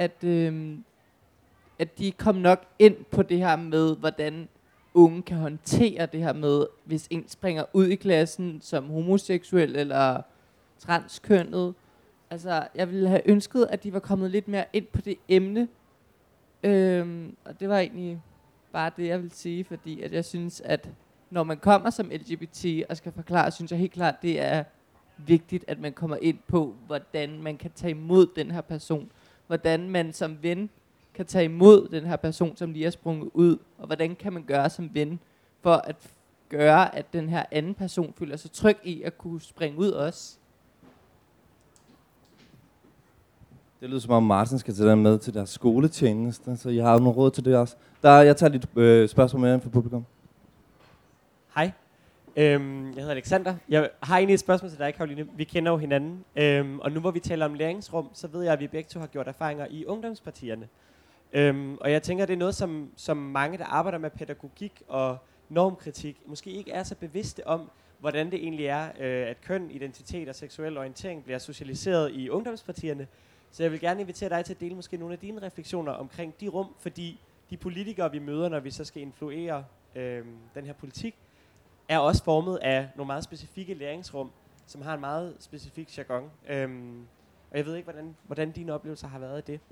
at de kom nok ind på det her med, hvordan unge kan håndtere det her med, hvis en springer ud i klassen som homoseksuel eller transkønnet. Altså, jeg ville have ønsket, at de var kommet lidt mere ind på det emne. Og det var egentlig bare det, jeg vil sige, fordi at jeg synes, at når man kommer som LGBT og skal forklare, synes jeg helt klart, det er vigtigt, at man kommer ind på, hvordan man kan tage imod den her person. Hvordan man som ven kan tage imod den her person, som lige er sprunget ud. Og hvordan kan man gøre som ven, for at gøre, at den her anden person føler sig tryg i at kunne springe ud også. Det lyder som om Martin skal tage dem med til deres skoletjeneste, så jeg har nogle råd til det også. Jeg tager lidt spørgsmål med fra publikum. Hej, jeg hedder Alexander. Jeg har egentlig et spørgsmål til dig, Karoline. Vi kender jo hinanden, og nu hvor vi taler om læringsrum, så ved jeg, at vi begge to har gjort erfaringer i ungdomspartierne. Og jeg tænker, det er noget, som mange, der arbejder med pædagogik og normkritik, måske ikke er så bevidste om, hvordan det egentlig er, at køn, identitet og seksuel orientering bliver socialiseret i ungdomspartierne. Så jeg vil gerne invitere dig til at dele måske nogle af dine refleksioner omkring de rum, fordi de politikere, vi møder, når vi så skal influere den her politik, er også formet af nogle meget specifikke læringsrum, som har en meget specifik jargon. Og jeg ved ikke, hvordan dine oplevelser har været i det.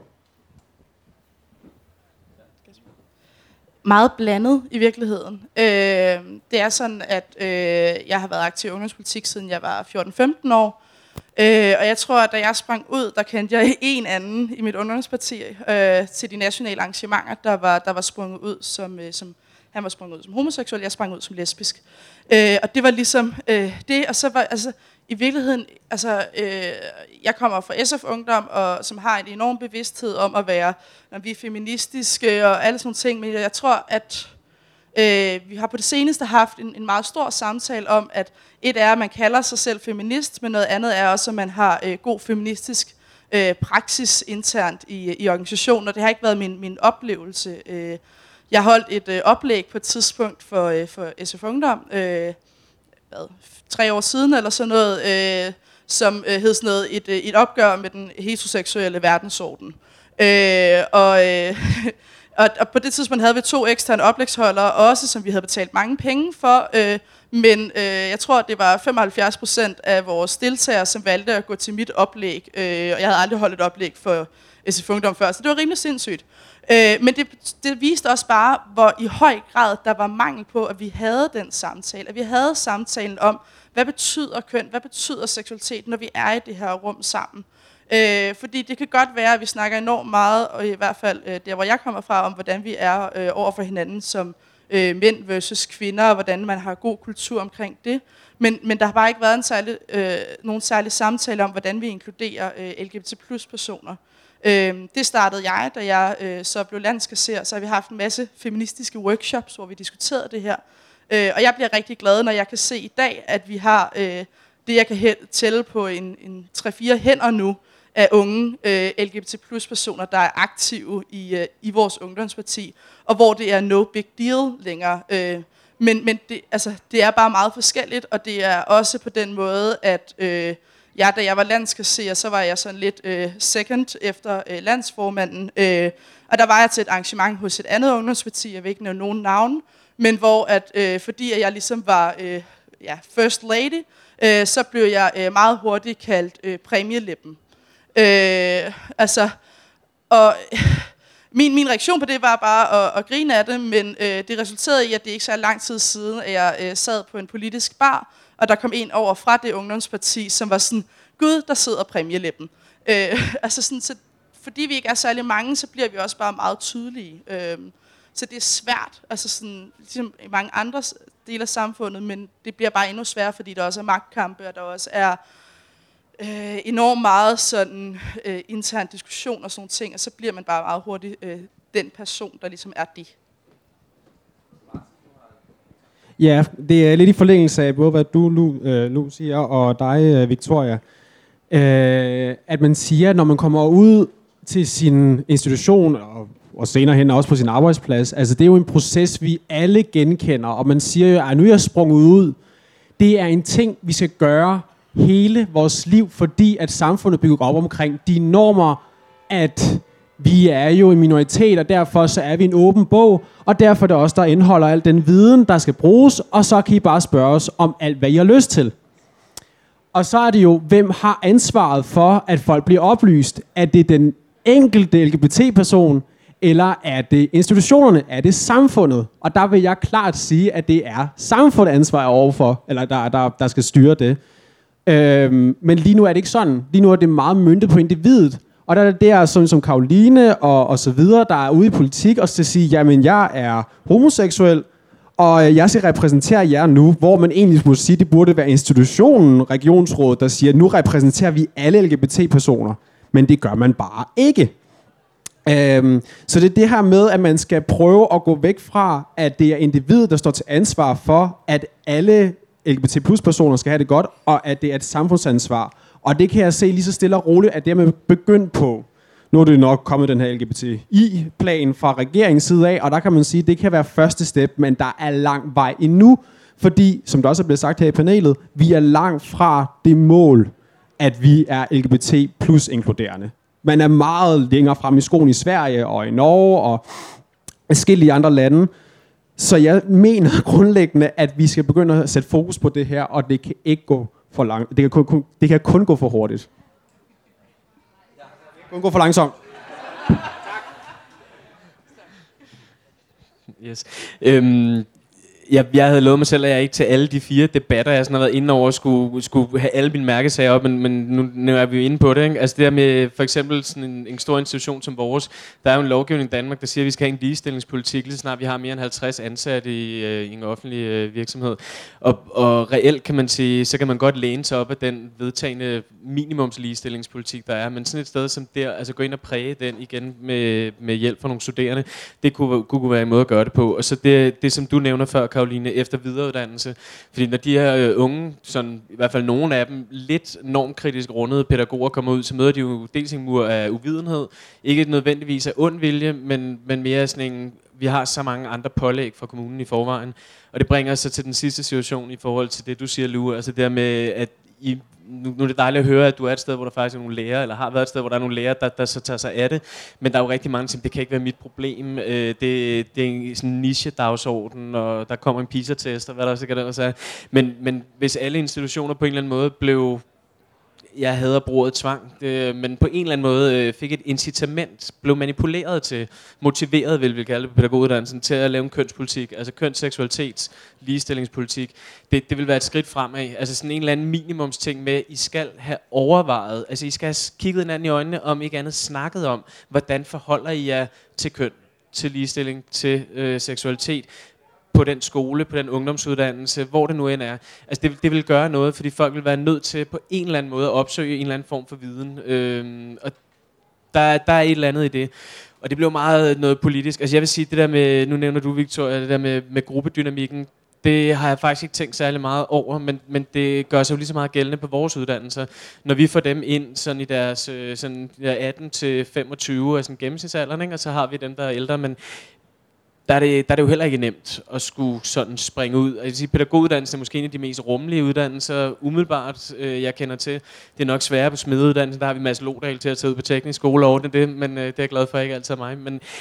Meget blandet i virkeligheden. Det er sådan, at jeg har været aktiv i ungdomspolitik, siden jeg var 14-15 år. Og jeg tror, at da jeg sprang ud, der kendte jeg en anden i mit ungdomsparti til de nationale arrangementer, der var sprunget ud som han var sprunget ud som homoseksuel, jeg sprang ud som lesbisk. Og det var ligesom det, og så var altså i virkeligheden, altså jeg kommer fra SF Ungdom, og som har en enorm bevidsthed om at være, når vi er feministiske og alle sådan nogle ting, men jeg tror, at vi har på det seneste haft en meget stor samtale om, at et er, at man kalder sig selv feminist, men noget andet er også, at man har god feministisk praksis internt i organisationen, og det har ikke været min oplevelse. Jeg holdt et oplæg på et tidspunkt for SF Ungdom, 3 år siden eller sådan noget, som hed sådan noget et opgør med den heteroseksuelle verdensorden. Og på det tidspunkt havde vi 2 eksterne oplægsholdere også, som vi havde betalt mange penge for, men jeg tror, det var 75% af vores deltagere, som valgte at gå til mit oplæg, og jeg havde aldrig holdt et oplæg for SF Ungdom før, så det var rimelig sindssygt. Men det viste også bare, hvor i høj grad der var mangel på, at vi havde den samtale, at vi havde samtalen om, hvad betyder køn, hvad betyder seksualitet, når vi er i det her rum sammen. Fordi det kan godt være, at vi snakker enormt meget, og i hvert fald der, hvor jeg kommer fra, om hvordan vi er over for hinanden som mænd versus kvinder, og hvordan man har god kultur omkring det. Men der har bare ikke været nogen særlig samtale om, hvordan vi inkluderer LGBT plus personer. Det startede jeg, da jeg så blev landskasser, så har vi haft en masse feministiske workshops, hvor vi diskuterede det her. Og jeg bliver rigtig glad, når jeg kan se i dag, at vi har det, jeg kan tælle på en 3-4 hænder nu, af unge LGBT plus personer, der er aktive i vores ungdomsparti, og hvor det er no big deal længere. Men det er bare meget forskelligt, og det er også på den måde, at da jeg var landskasser, så var jeg sådan lidt second efter landsformanden, og der var jeg til et arrangement hos et andet ungdomsparti, jeg vil ikke nævne nogen navn, men hvor fordi jeg ligesom var first lady, så blev jeg meget hurtigt kaldt præmielippen. Min reaktion på det var bare at grine af det, men det resulterede i, at det ikke så lang tid siden, at jeg sad på en politisk bar, og der kom en over fra det ungdomsparti, som var sådan, Gud, der sidder præmielippen. Så fordi vi ikke er særlig mange, så bliver vi også bare meget tydelige. Så det er svært, ligesom i mange andre dele af samfundet, men det bliver bare endnu sværere, fordi der også er magtkampe, og der også er enormt meget sådan intern diskussion og sådan ting, og så bliver man bare meget hurtigt den person, der ligesom er det. Ja, det er lidt i forlængelse af både hvad du nu siger, og dig, Victoria. At man siger, at når man kommer ud til sin institution, og og senere hen også på sin arbejdsplads. Altså, det er jo en proces, vi alle genkender, og man siger jo, at nu er jeg sprunget ud. Det er en ting, vi skal gøre hele vores liv, fordi at samfundet bygger op omkring de normer, at vi er jo en minoritet, og derfor så er vi en åben bog, og derfor er det også der indeholder al den viden, der skal bruges, og så kan I bare spørge os om alt, hvad I har lyst til. Og så er det jo, hvem har ansvaret for, at folk bliver oplyst? Er det den enkelte LGBT-person, eller er det institutionerne? Er det samfundet? Og der vil jeg klart sige, at det er samfundet ansvar overfor, eller der skal styre det. Men lige nu er det ikke sådan. Lige nu er det meget møntet på individet. Og der er det som Karoline og så videre, der er ude i politik, og til at sige, jamen jeg er homoseksuel, og jeg skal repræsentere jer nu, hvor man egentlig skulle sige, det burde være institutionen, regionsrådet, der siger, nu repræsenterer vi alle LGBT-personer. Men det gør man bare ikke. Så det er det her med, at man skal prøve at gå væk fra, at det er individet, der står til ansvar for, at alle LGBT+-personer skal have det godt, og at det er et samfundsansvar. Og det kan jeg se lige så stille og roligt, at det er med begyndt på. Nu er det nok kommet den her LGBTI-plan fra regeringens side af, og der kan man sige, at det kan være første step, men der er lang vej endnu, fordi, som der også er blevet sagt her i panelet, vi er langt fra det mål, at vi er LGBT plus inkluderende. Man er meget længere frem i skolen i Sverige og i Norge og forskellige andre lande. Så jeg mener grundlæggende, at vi skal begynde at sætte fokus på det her, og det kan ikke gå for langt. Det kan kun gå for hurtigt. Det kan kun gå for langsomt. Yes. Jeg havde lovet mig selv, at jeg ikke til alle de 4 debatter, jeg sådan har været inde over, skulle have alle mine mærkesager op, men nu er vi jo inde på det, ikke? Altså det der med for eksempel sådan en stor institution som vores, der er jo en lovgivning i Danmark, der siger, at vi skal have en ligestillingspolitik, lige snart vi har mere end 50 ansatte i en offentlig virksomhed. Og reelt kan man sige, så kan man godt læne sig op af den vedtagne minimumsligestillingspolitik, der er, men sådan et sted som der, altså gå ind og præge den igen med hjælp fra nogle studerende, det kunne være en måde at gøre det på. Og så det som du nævner før, Karoline, efter videreuddannelse. Fordi når de her unge, sådan, i hvert fald nogle af dem, lidt normkritisk rundede pædagoger kommer ud, så møder de jo dels en mur af uvidenhed. Ikke nødvendigvis af ond vilje, men mere sådan en, vi har så mange andre pålæg fra kommunen i forvejen. Og det bringer os så til den sidste situation i forhold til det, du siger, Lue. Altså det der med, at nu er det dejligt at høre, at du er et sted, hvor der faktisk er nogle lærere, eller har været et sted, hvor der er nogle lærere, der så tager sig af det. Men der er jo rigtig mange, som det kan ikke være mit problem. Det er en sådan niche-dagsorden, og der kommer en PISA-test, og hvad der sikkert ellers er. Men hvis alle institutioner på en eller anden måde blev... Jeg hader bruget tvang, men på en eller anden måde fik et incitament, blev manipuleret til, motiveret vil vi kalde det på pædagoguddannelsen, til at lave en kønspolitik, altså kønsseksualitets ligestillingspolitik. Det vil være et skridt fremad, altså sådan en eller anden minimumsting med, I skal have overvejet, altså I skal have kigget hinanden i øjnene, om ikke andet snakket om, hvordan forholder I jer til køn, til ligestilling, til seksualitet, på den skole, på den ungdomsuddannelse, hvor det nu end er. Altså det vil gøre noget, fordi folk vil være nødt til på en eller anden måde at opsøge en eller anden form for viden. Og der er et eller andet i det. Og det bliver meget noget politisk. Altså jeg vil sige, det der med, nu nævner du, Victoria, det der med gruppedynamikken, det har jeg faktisk ikke tænkt særlig meget over, men det gør sig jo lige så meget gældende på vores uddannelser. Når vi får dem ind sådan i deres sådan 18 til 25, altså gennemsnitsalderen, ikke? Og så har vi dem, der er ældre, men der er det jo heller ikke nemt at skulle sådan springe ud. Jeg vil sige, pædagoguddannelsen er måske en af de mest rummelige uddannelser, umiddelbart, jeg kender til. Det er nok sværere på smedeuddannelsen, der har vi Mads Lodal til at tage ud på teknisk skole og ordne det, men det er jeg glad for, ikke altid mig.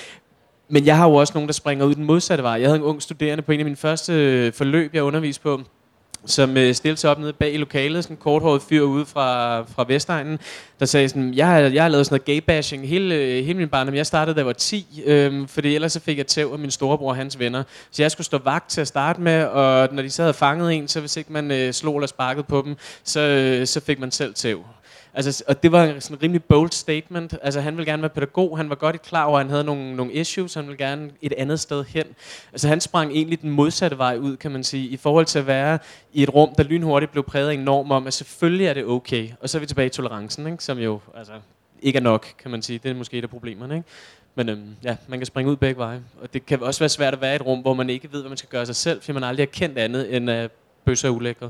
Men jeg har jo også nogen, der springer ud den modsatte vej. Jeg havde en ung studerende på en af mine første forløb, jeg underviste på, som stillede sig op nede bag i lokalet, sådan en korthåret fyr ude fra Vestegnen, der sagde sådan, jeg har lavet sådan noget gay-bashing hele min barndom. Jeg startede, da jeg var 10, fordi ellers så fik jeg tæv af min storebror og hans venner. Så jeg skulle stå vagt til at starte med, og når de så havde fanget en, så hvis ikke man slog eller sparkede på dem, så fik man selv tæv. Altså, og det var sådan en rimelig bold statement. Altså, han ville gerne være pædagog. Han var godt klar over, at han havde nogle issues. Han ville gerne et andet sted hen. Altså, han sprang egentlig den modsatte vej ud, kan man sige, i forhold til at være i et rum, der lynhurtigt blev præget af en norm om, at selvfølgelig er det okay. Og så er vi tilbage i tolerancen, ikke? Som jo altså, ikke er nok, kan man sige. Det er måske et af problemerne, ikke? Men ja, man kan springe ud begge veje. Og det kan også være svært at være i et rum, hvor man ikke ved, hvad man skal gøre sig selv, fordi man aldrig har kendt andet end at bøsser og ulækre.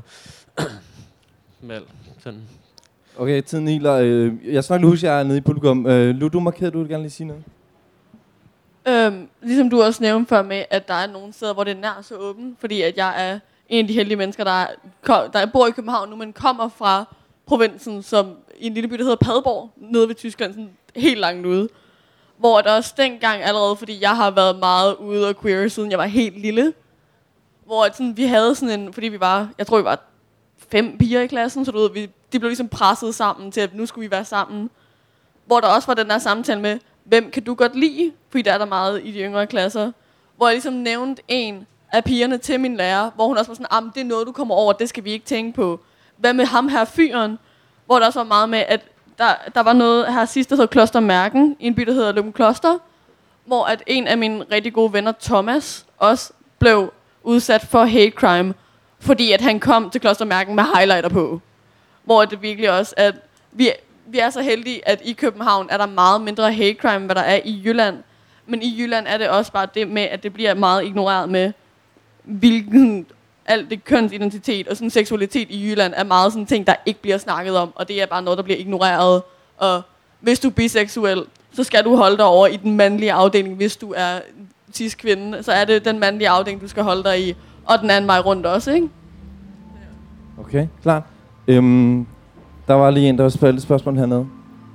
Sådan. Okay, tiden iler. Jeg snakker huske, jeg er nede i publikum. Du markerede, du vil gerne lige sige noget? Ligesom du også nævnte før med, at der er nogle steder, hvor det er nær så åbent, fordi at jeg er en af de heldige mennesker, der bor i København nu, men kommer fra provinsen, som i en lille by, der hedder Padborg, nede ved Tyskland, sådan helt langt ude. Hvor der også dengang allerede, fordi jeg har været meget ude og queer, siden jeg var helt lille, hvor sådan, vi havde sådan en, fordi jeg tror vi var 5 piger i klassen, så du ved, de blev ligesom presset sammen til, at nu skulle vi være sammen. Hvor der også var den der samtale med, hvem kan du godt lide? Fordi der er der meget i de yngre klasser. Hvor jeg ligesom nævnte en af pigerne til min lærer, hvor hun også var sådan, det er noget, du kommer over, det skal vi ikke tænke på. Hvad med ham her fyren? Hvor der også var meget med, at der var noget her sidst, der hed Klostermærken, i en by, der hedder Løgumkloster, hvor at en af mine rigtig gode venner, Thomas, også blev udsat for hate crime, fordi at han kom til Klostermærken med highlighter på. Hvor det virkelig også, at vi er så heldige, at i København er der meget mindre hate crime, hvad der er i Jylland. Men i Jylland er det også bare det med, at det bliver meget ignoreret med, hvilken alt det kønsidentitet og sådan seksualitet i Jylland er meget sådan ting, der ikke bliver snakket om, og det er bare noget, der bliver ignoreret. Og hvis du er biseksuel, så skal du holde dig over i den mandlige afdeling. Hvis du er cis-kvinde, så er det den mandlige afdeling, du skal holde dig i, og den anden vej rundt også, ikke? Okay, klart. Der var lige en, der var et spørgsmål hernede.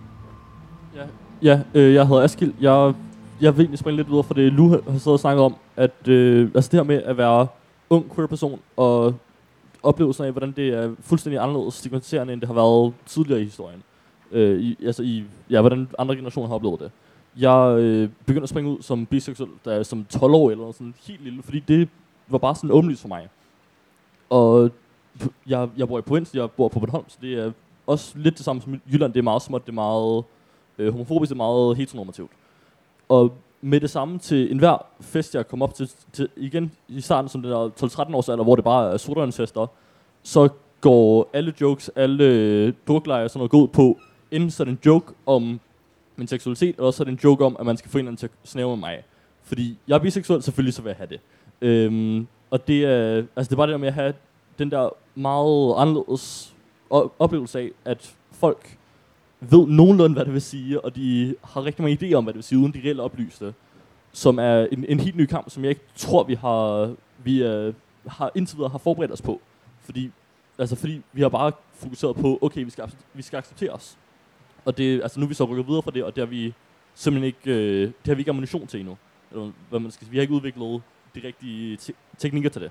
Ja, jeg hedder Askild. Jeg vil egentlig springe lidt videre fra det, Lu har siddet og snakket om, at altså det her med at være ung queer person og oplevelsen af, hvordan det er fuldstændig anderledes stigmatiserende, end det har været tidligere i historien. Hvordan andre generationer har oplevet det. Jeg begyndte at springe ud som biseksuel, da jeg som 12 år eller sådan helt lille, fordi det var bare sådan åbenlyst for mig. Og jeg bor i provinsen, jeg bor på Bornholm, så det er også lidt det samme som Jylland. Det er meget småt, det er meget homofobisk, det er meget heteronormativt. Og med det samme til enhver fest, jeg kom op til igen i starten som den der 12-13 års alder, hvor det bare er sortøjensfester, så går alle jokes, alle druklejer og sådan noget gå ud på, enten så er det en joke om min seksualitet, eller også er det en joke om, at man skal få en eller anden til at snæve med mig. Fordi jeg er biseksuel, selvfølgelig så vil jeg have det. Og det er bare det der med at have den der meget anderledes oplevelse af, at folk ved nogenlunde, hvad det vil sige, og de har rigtig mange idéer om, hvad det vil sige, uden de reelle oplyste, som er en helt ny kamp, som jeg ikke tror, vi har indtil videre har forberedt os på. Fordi vi har bare fokuseret på, okay, vi skal acceptere os. Og det, nu er vi så rykket videre fra det, og det har vi simpelthen ikke, det har vi ikke ammunition til endnu. Eller, hvad man skal sige. Vi har ikke udviklet de rigtige teknikker til det.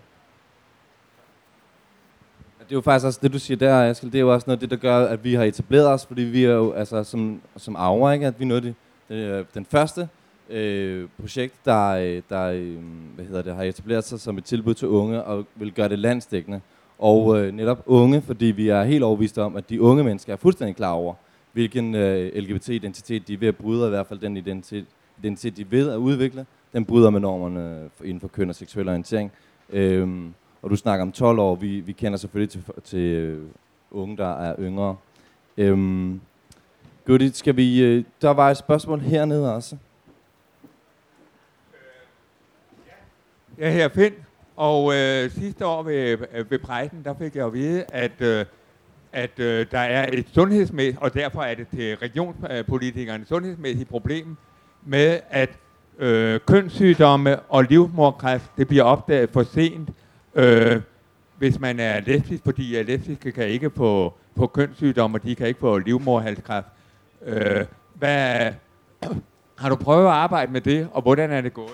Det er jo faktisk også det, du siger der, Askild, det er jo også noget af det, der gør, at vi har etableret os, fordi vi er jo som Aura, ikke? At vi nåede den første projekt, der har etableret sig som et tilbud til unge og vil gøre det landsdækkende. Og netop unge, fordi vi er helt overbeviste om, at de unge mennesker er fuldstændig klar over, hvilken LGBT-identitet de er ved at bryde, og i hvert fald den identitet, de er ved at udvikle, den bryder med normerne inden for køn og seksuel orientering. Og du snakker om 12 år, vi kender selvfølgelig til unge, der er yngre. Goodie, der var et spørgsmål hernede også. Jeg hedder Finn, og sidste år ved Prejden, der fik jeg at vide, at der er et sundhedsmæssigt, og derfor er det til regionspolitikernes sundhedsmæssige problem med, at kønssygdomme og livmoderkræft, det bliver opdaget for sent, hvis man er lesbisk, fordi lesbiske kan ikke få kønssygdomme, og de kan ikke få livmoderhalskræft. Har du prøvet at arbejde med det, og hvordan er det gået?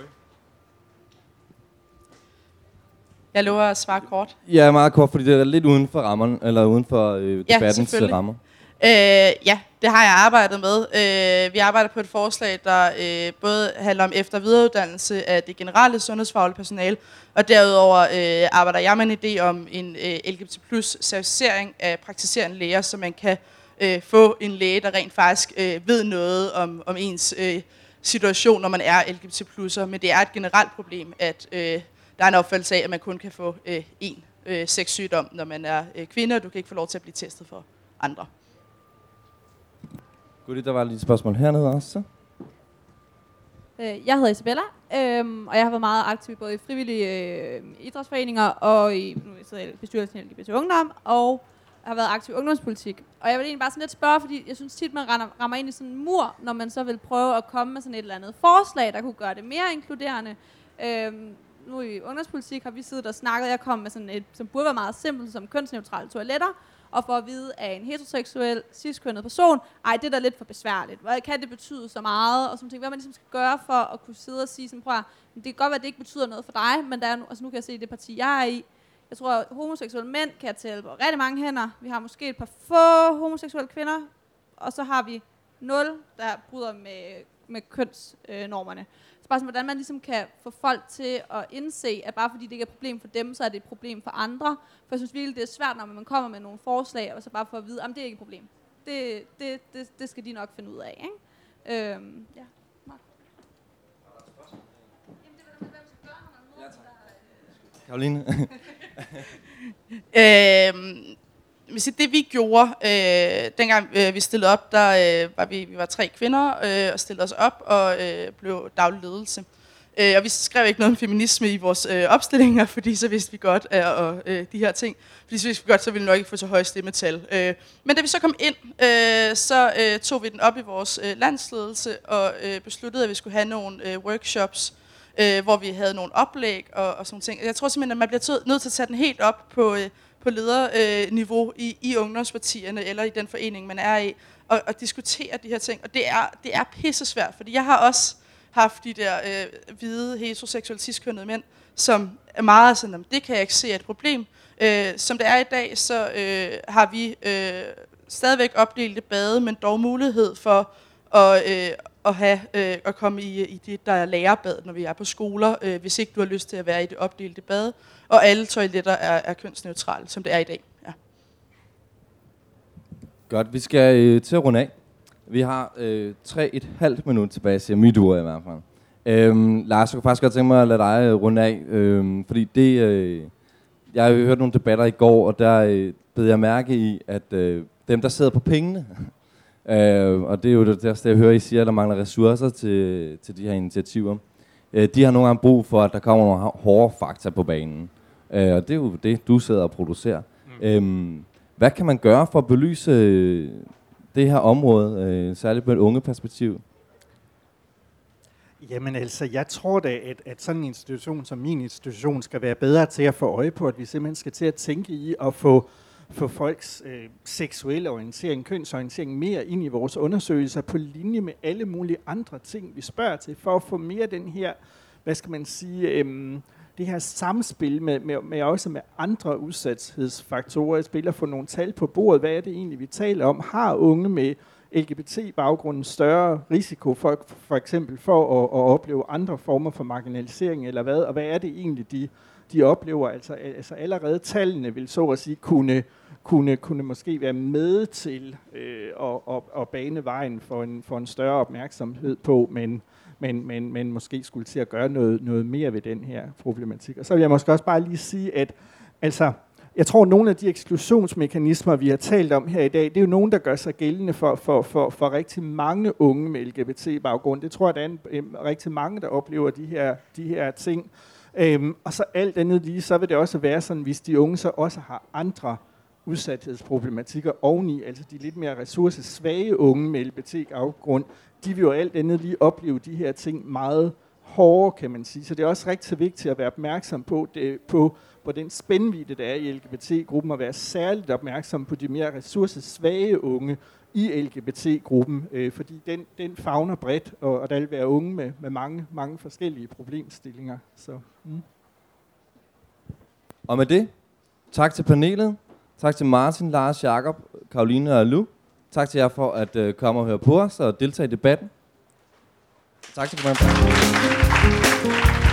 Jeg lover at svare kort. Ja, meget kort, fordi det er lidt uden for rammerne, eller uden for debattens rammer. Ja, det har jeg arbejdet med. Vi arbejder på et forslag, der både handler om efter- og videreuddannelse af det generelle sundhedsfaglige personale, og derudover arbejder jeg med en idé om en LGBT+ certificering af praktiserende læger, så man kan få en læge, der rent faktisk ved noget om ens situation, når man er LGBT+'er. Men det er et generelt problem, at der er en opfattelse af, at man kun kan få én sexsygdom, når man er kvinde, og du kan ikke få lov til at blive testet for andre. Goodie, der var lige et spørgsmål hernede også. Jeg hedder Isabella, og jeg har været meget aktiv både i frivillige idrætsforeninger og i bestyrelsen i LGBT Ungdom, og har været aktiv i ungdomspolitik. Og jeg vil egentlig bare sådan lidt spørge, fordi jeg synes tit, man rammer ind i sådan en mur, når man så vil prøve at komme med sådan et eller andet forslag, der kunne gøre det mere inkluderende. Nu i ungdomspolitik har vi siddet og snakket, jeg kom med sådan et, som burde være meget simpelt, som kønsneutrale toiletter, og for at vide af en heteroseksuel, cis-kønnet person, det er da lidt for besværligt. Hvad kan det betyde så meget? Og sådan ting, hvad man ligesom skal gøre for at kunne sidde og sige sådan, prøv at, det kan godt være, at det ikke betyder noget for dig, men der er nu, altså nu kan jeg se det parti, jeg er i. Jeg tror, at homoseksuelle mænd kan tælle på rigtig mange hænder. Vi har måske et par få homoseksuelle kvinder, og så har vi 0, der bryder med kønsnormerne. Så bare sådan, hvordan man ligesom kan få folk til at indse, at bare fordi det ikke er et problem for dem, så er det et problem for andre. For jeg synes virkelig, det er svært, når man kommer med nogle forslag, og så bare for at vide, at det er ikke et problem. Det skal de nok finde ud af, ikke? Ja. Caroline? Det vi gjorde, dengang vi stillede op, der var vi var 3 kvinder og stillede os op og blev daglig ledelse. Og vi skrev ikke noget om feminisme i vores opstillinger, fordi så vidste vi godt, og de her ting, fordi så vidste vi godt, så ville vi nok ikke få så høje stemmetal. Men da vi så kom ind, så tog vi den op i vores landsledelse og besluttede, at vi skulle have nogle workshops, hvor vi havde nogle oplæg og sådan ting. Jeg tror simpelthen, at man bliver nødt til at tage den helt op på lederniveau i ungdomspartierne eller i den forening, man er i, og diskutere de her ting. Og det er pissesvært, fordi jeg har også haft de der hvide, heteroseksuelle, cis-kønnede mænd, som er meget sådan, det kan jeg ikke se er et problem. Som det er i dag, så har vi stadigvæk opdelte bade, men dog mulighed for at komme i det, der er lærerbad, når vi er på skoler, hvis ikke du har lyst til at være i det opdelte bad. Og alle toiletter er kønsneutrale, som det er i dag. Ja. Godt, vi skal til at runde af. Vi har 3,5 minutter tilbage, siger mit ord i hvert fald. Lars, jeg kunne faktisk godt tænke mig at lade dig runde af, fordi jeg har jo hørt nogle debatter i går, og der bed jeg mærke i, at dem, der sidder på pengene, og det er jo det, jeg hører, I siger, at der mangler ressourcer til de her initiativer. De har nogle gange brug for, at der kommer nogle hårde fakta på banen. Og det er jo det, du sidder og producerer. Hvad kan man gøre for at belyse det her område, særligt med et unge perspektiv? Jamen altså, jeg tror da, at sådan en institution som min institution skal være bedre til at få øje på, at vi simpelthen skal til at tænke i at få folks seksuelle orientering, kønsorientering mere ind i vores undersøgelser på linje med alle mulige andre ting, vi spørger til, for at få mere den her, hvad skal man sige, det her samspil med også med andre udsathedsfaktorer i spil, at få nogle tal på bordet. Hvad er det egentlig, vi taler om? Har unge med LGBT-baggrunden større risiko for eksempel for at opleve andre former for marginalisering eller hvad? Og hvad er det egentlig, de oplever? Altså allerede tallene vil så at sige kunne måske være med til at bane vejen for en større opmærksomhed på, men måske skulle til at gøre noget mere ved den her problematik. Og så vil jeg måske også bare lige sige, at altså, jeg tror, at nogle af de eksklusionsmekanismer, vi har talt om her i dag, det er jo nogen, der gør sig gældende for rigtig mange unge med LGBT-baggrund. Det tror jeg, der er rigtig mange, der oplever de her ting. Og så alt andet lige, så vil det også være sådan, hvis de unge så også har andre udsathedsproblematikker oveni, altså de lidt mere ressourcesvage unge med LGBT-baggrund, de vil jo alt andet lige opleve de her ting meget hårdere, kan man sige. Så det er også rigtig vigtigt at være opmærksom på den spændvidde, der er i LGBT-gruppen, og være særligt opmærksom på de mere ressourcesvage unge i LGBT-gruppen, fordi den favner bredt, og der vil være unge med mange forskellige problemstillinger. Så, Og med det, tak til panelet, tak til Martin, Lars, Jakob, Caroline og Lou. Tak til jer for at komme og høre på os og deltage i debatten. Tak til jer.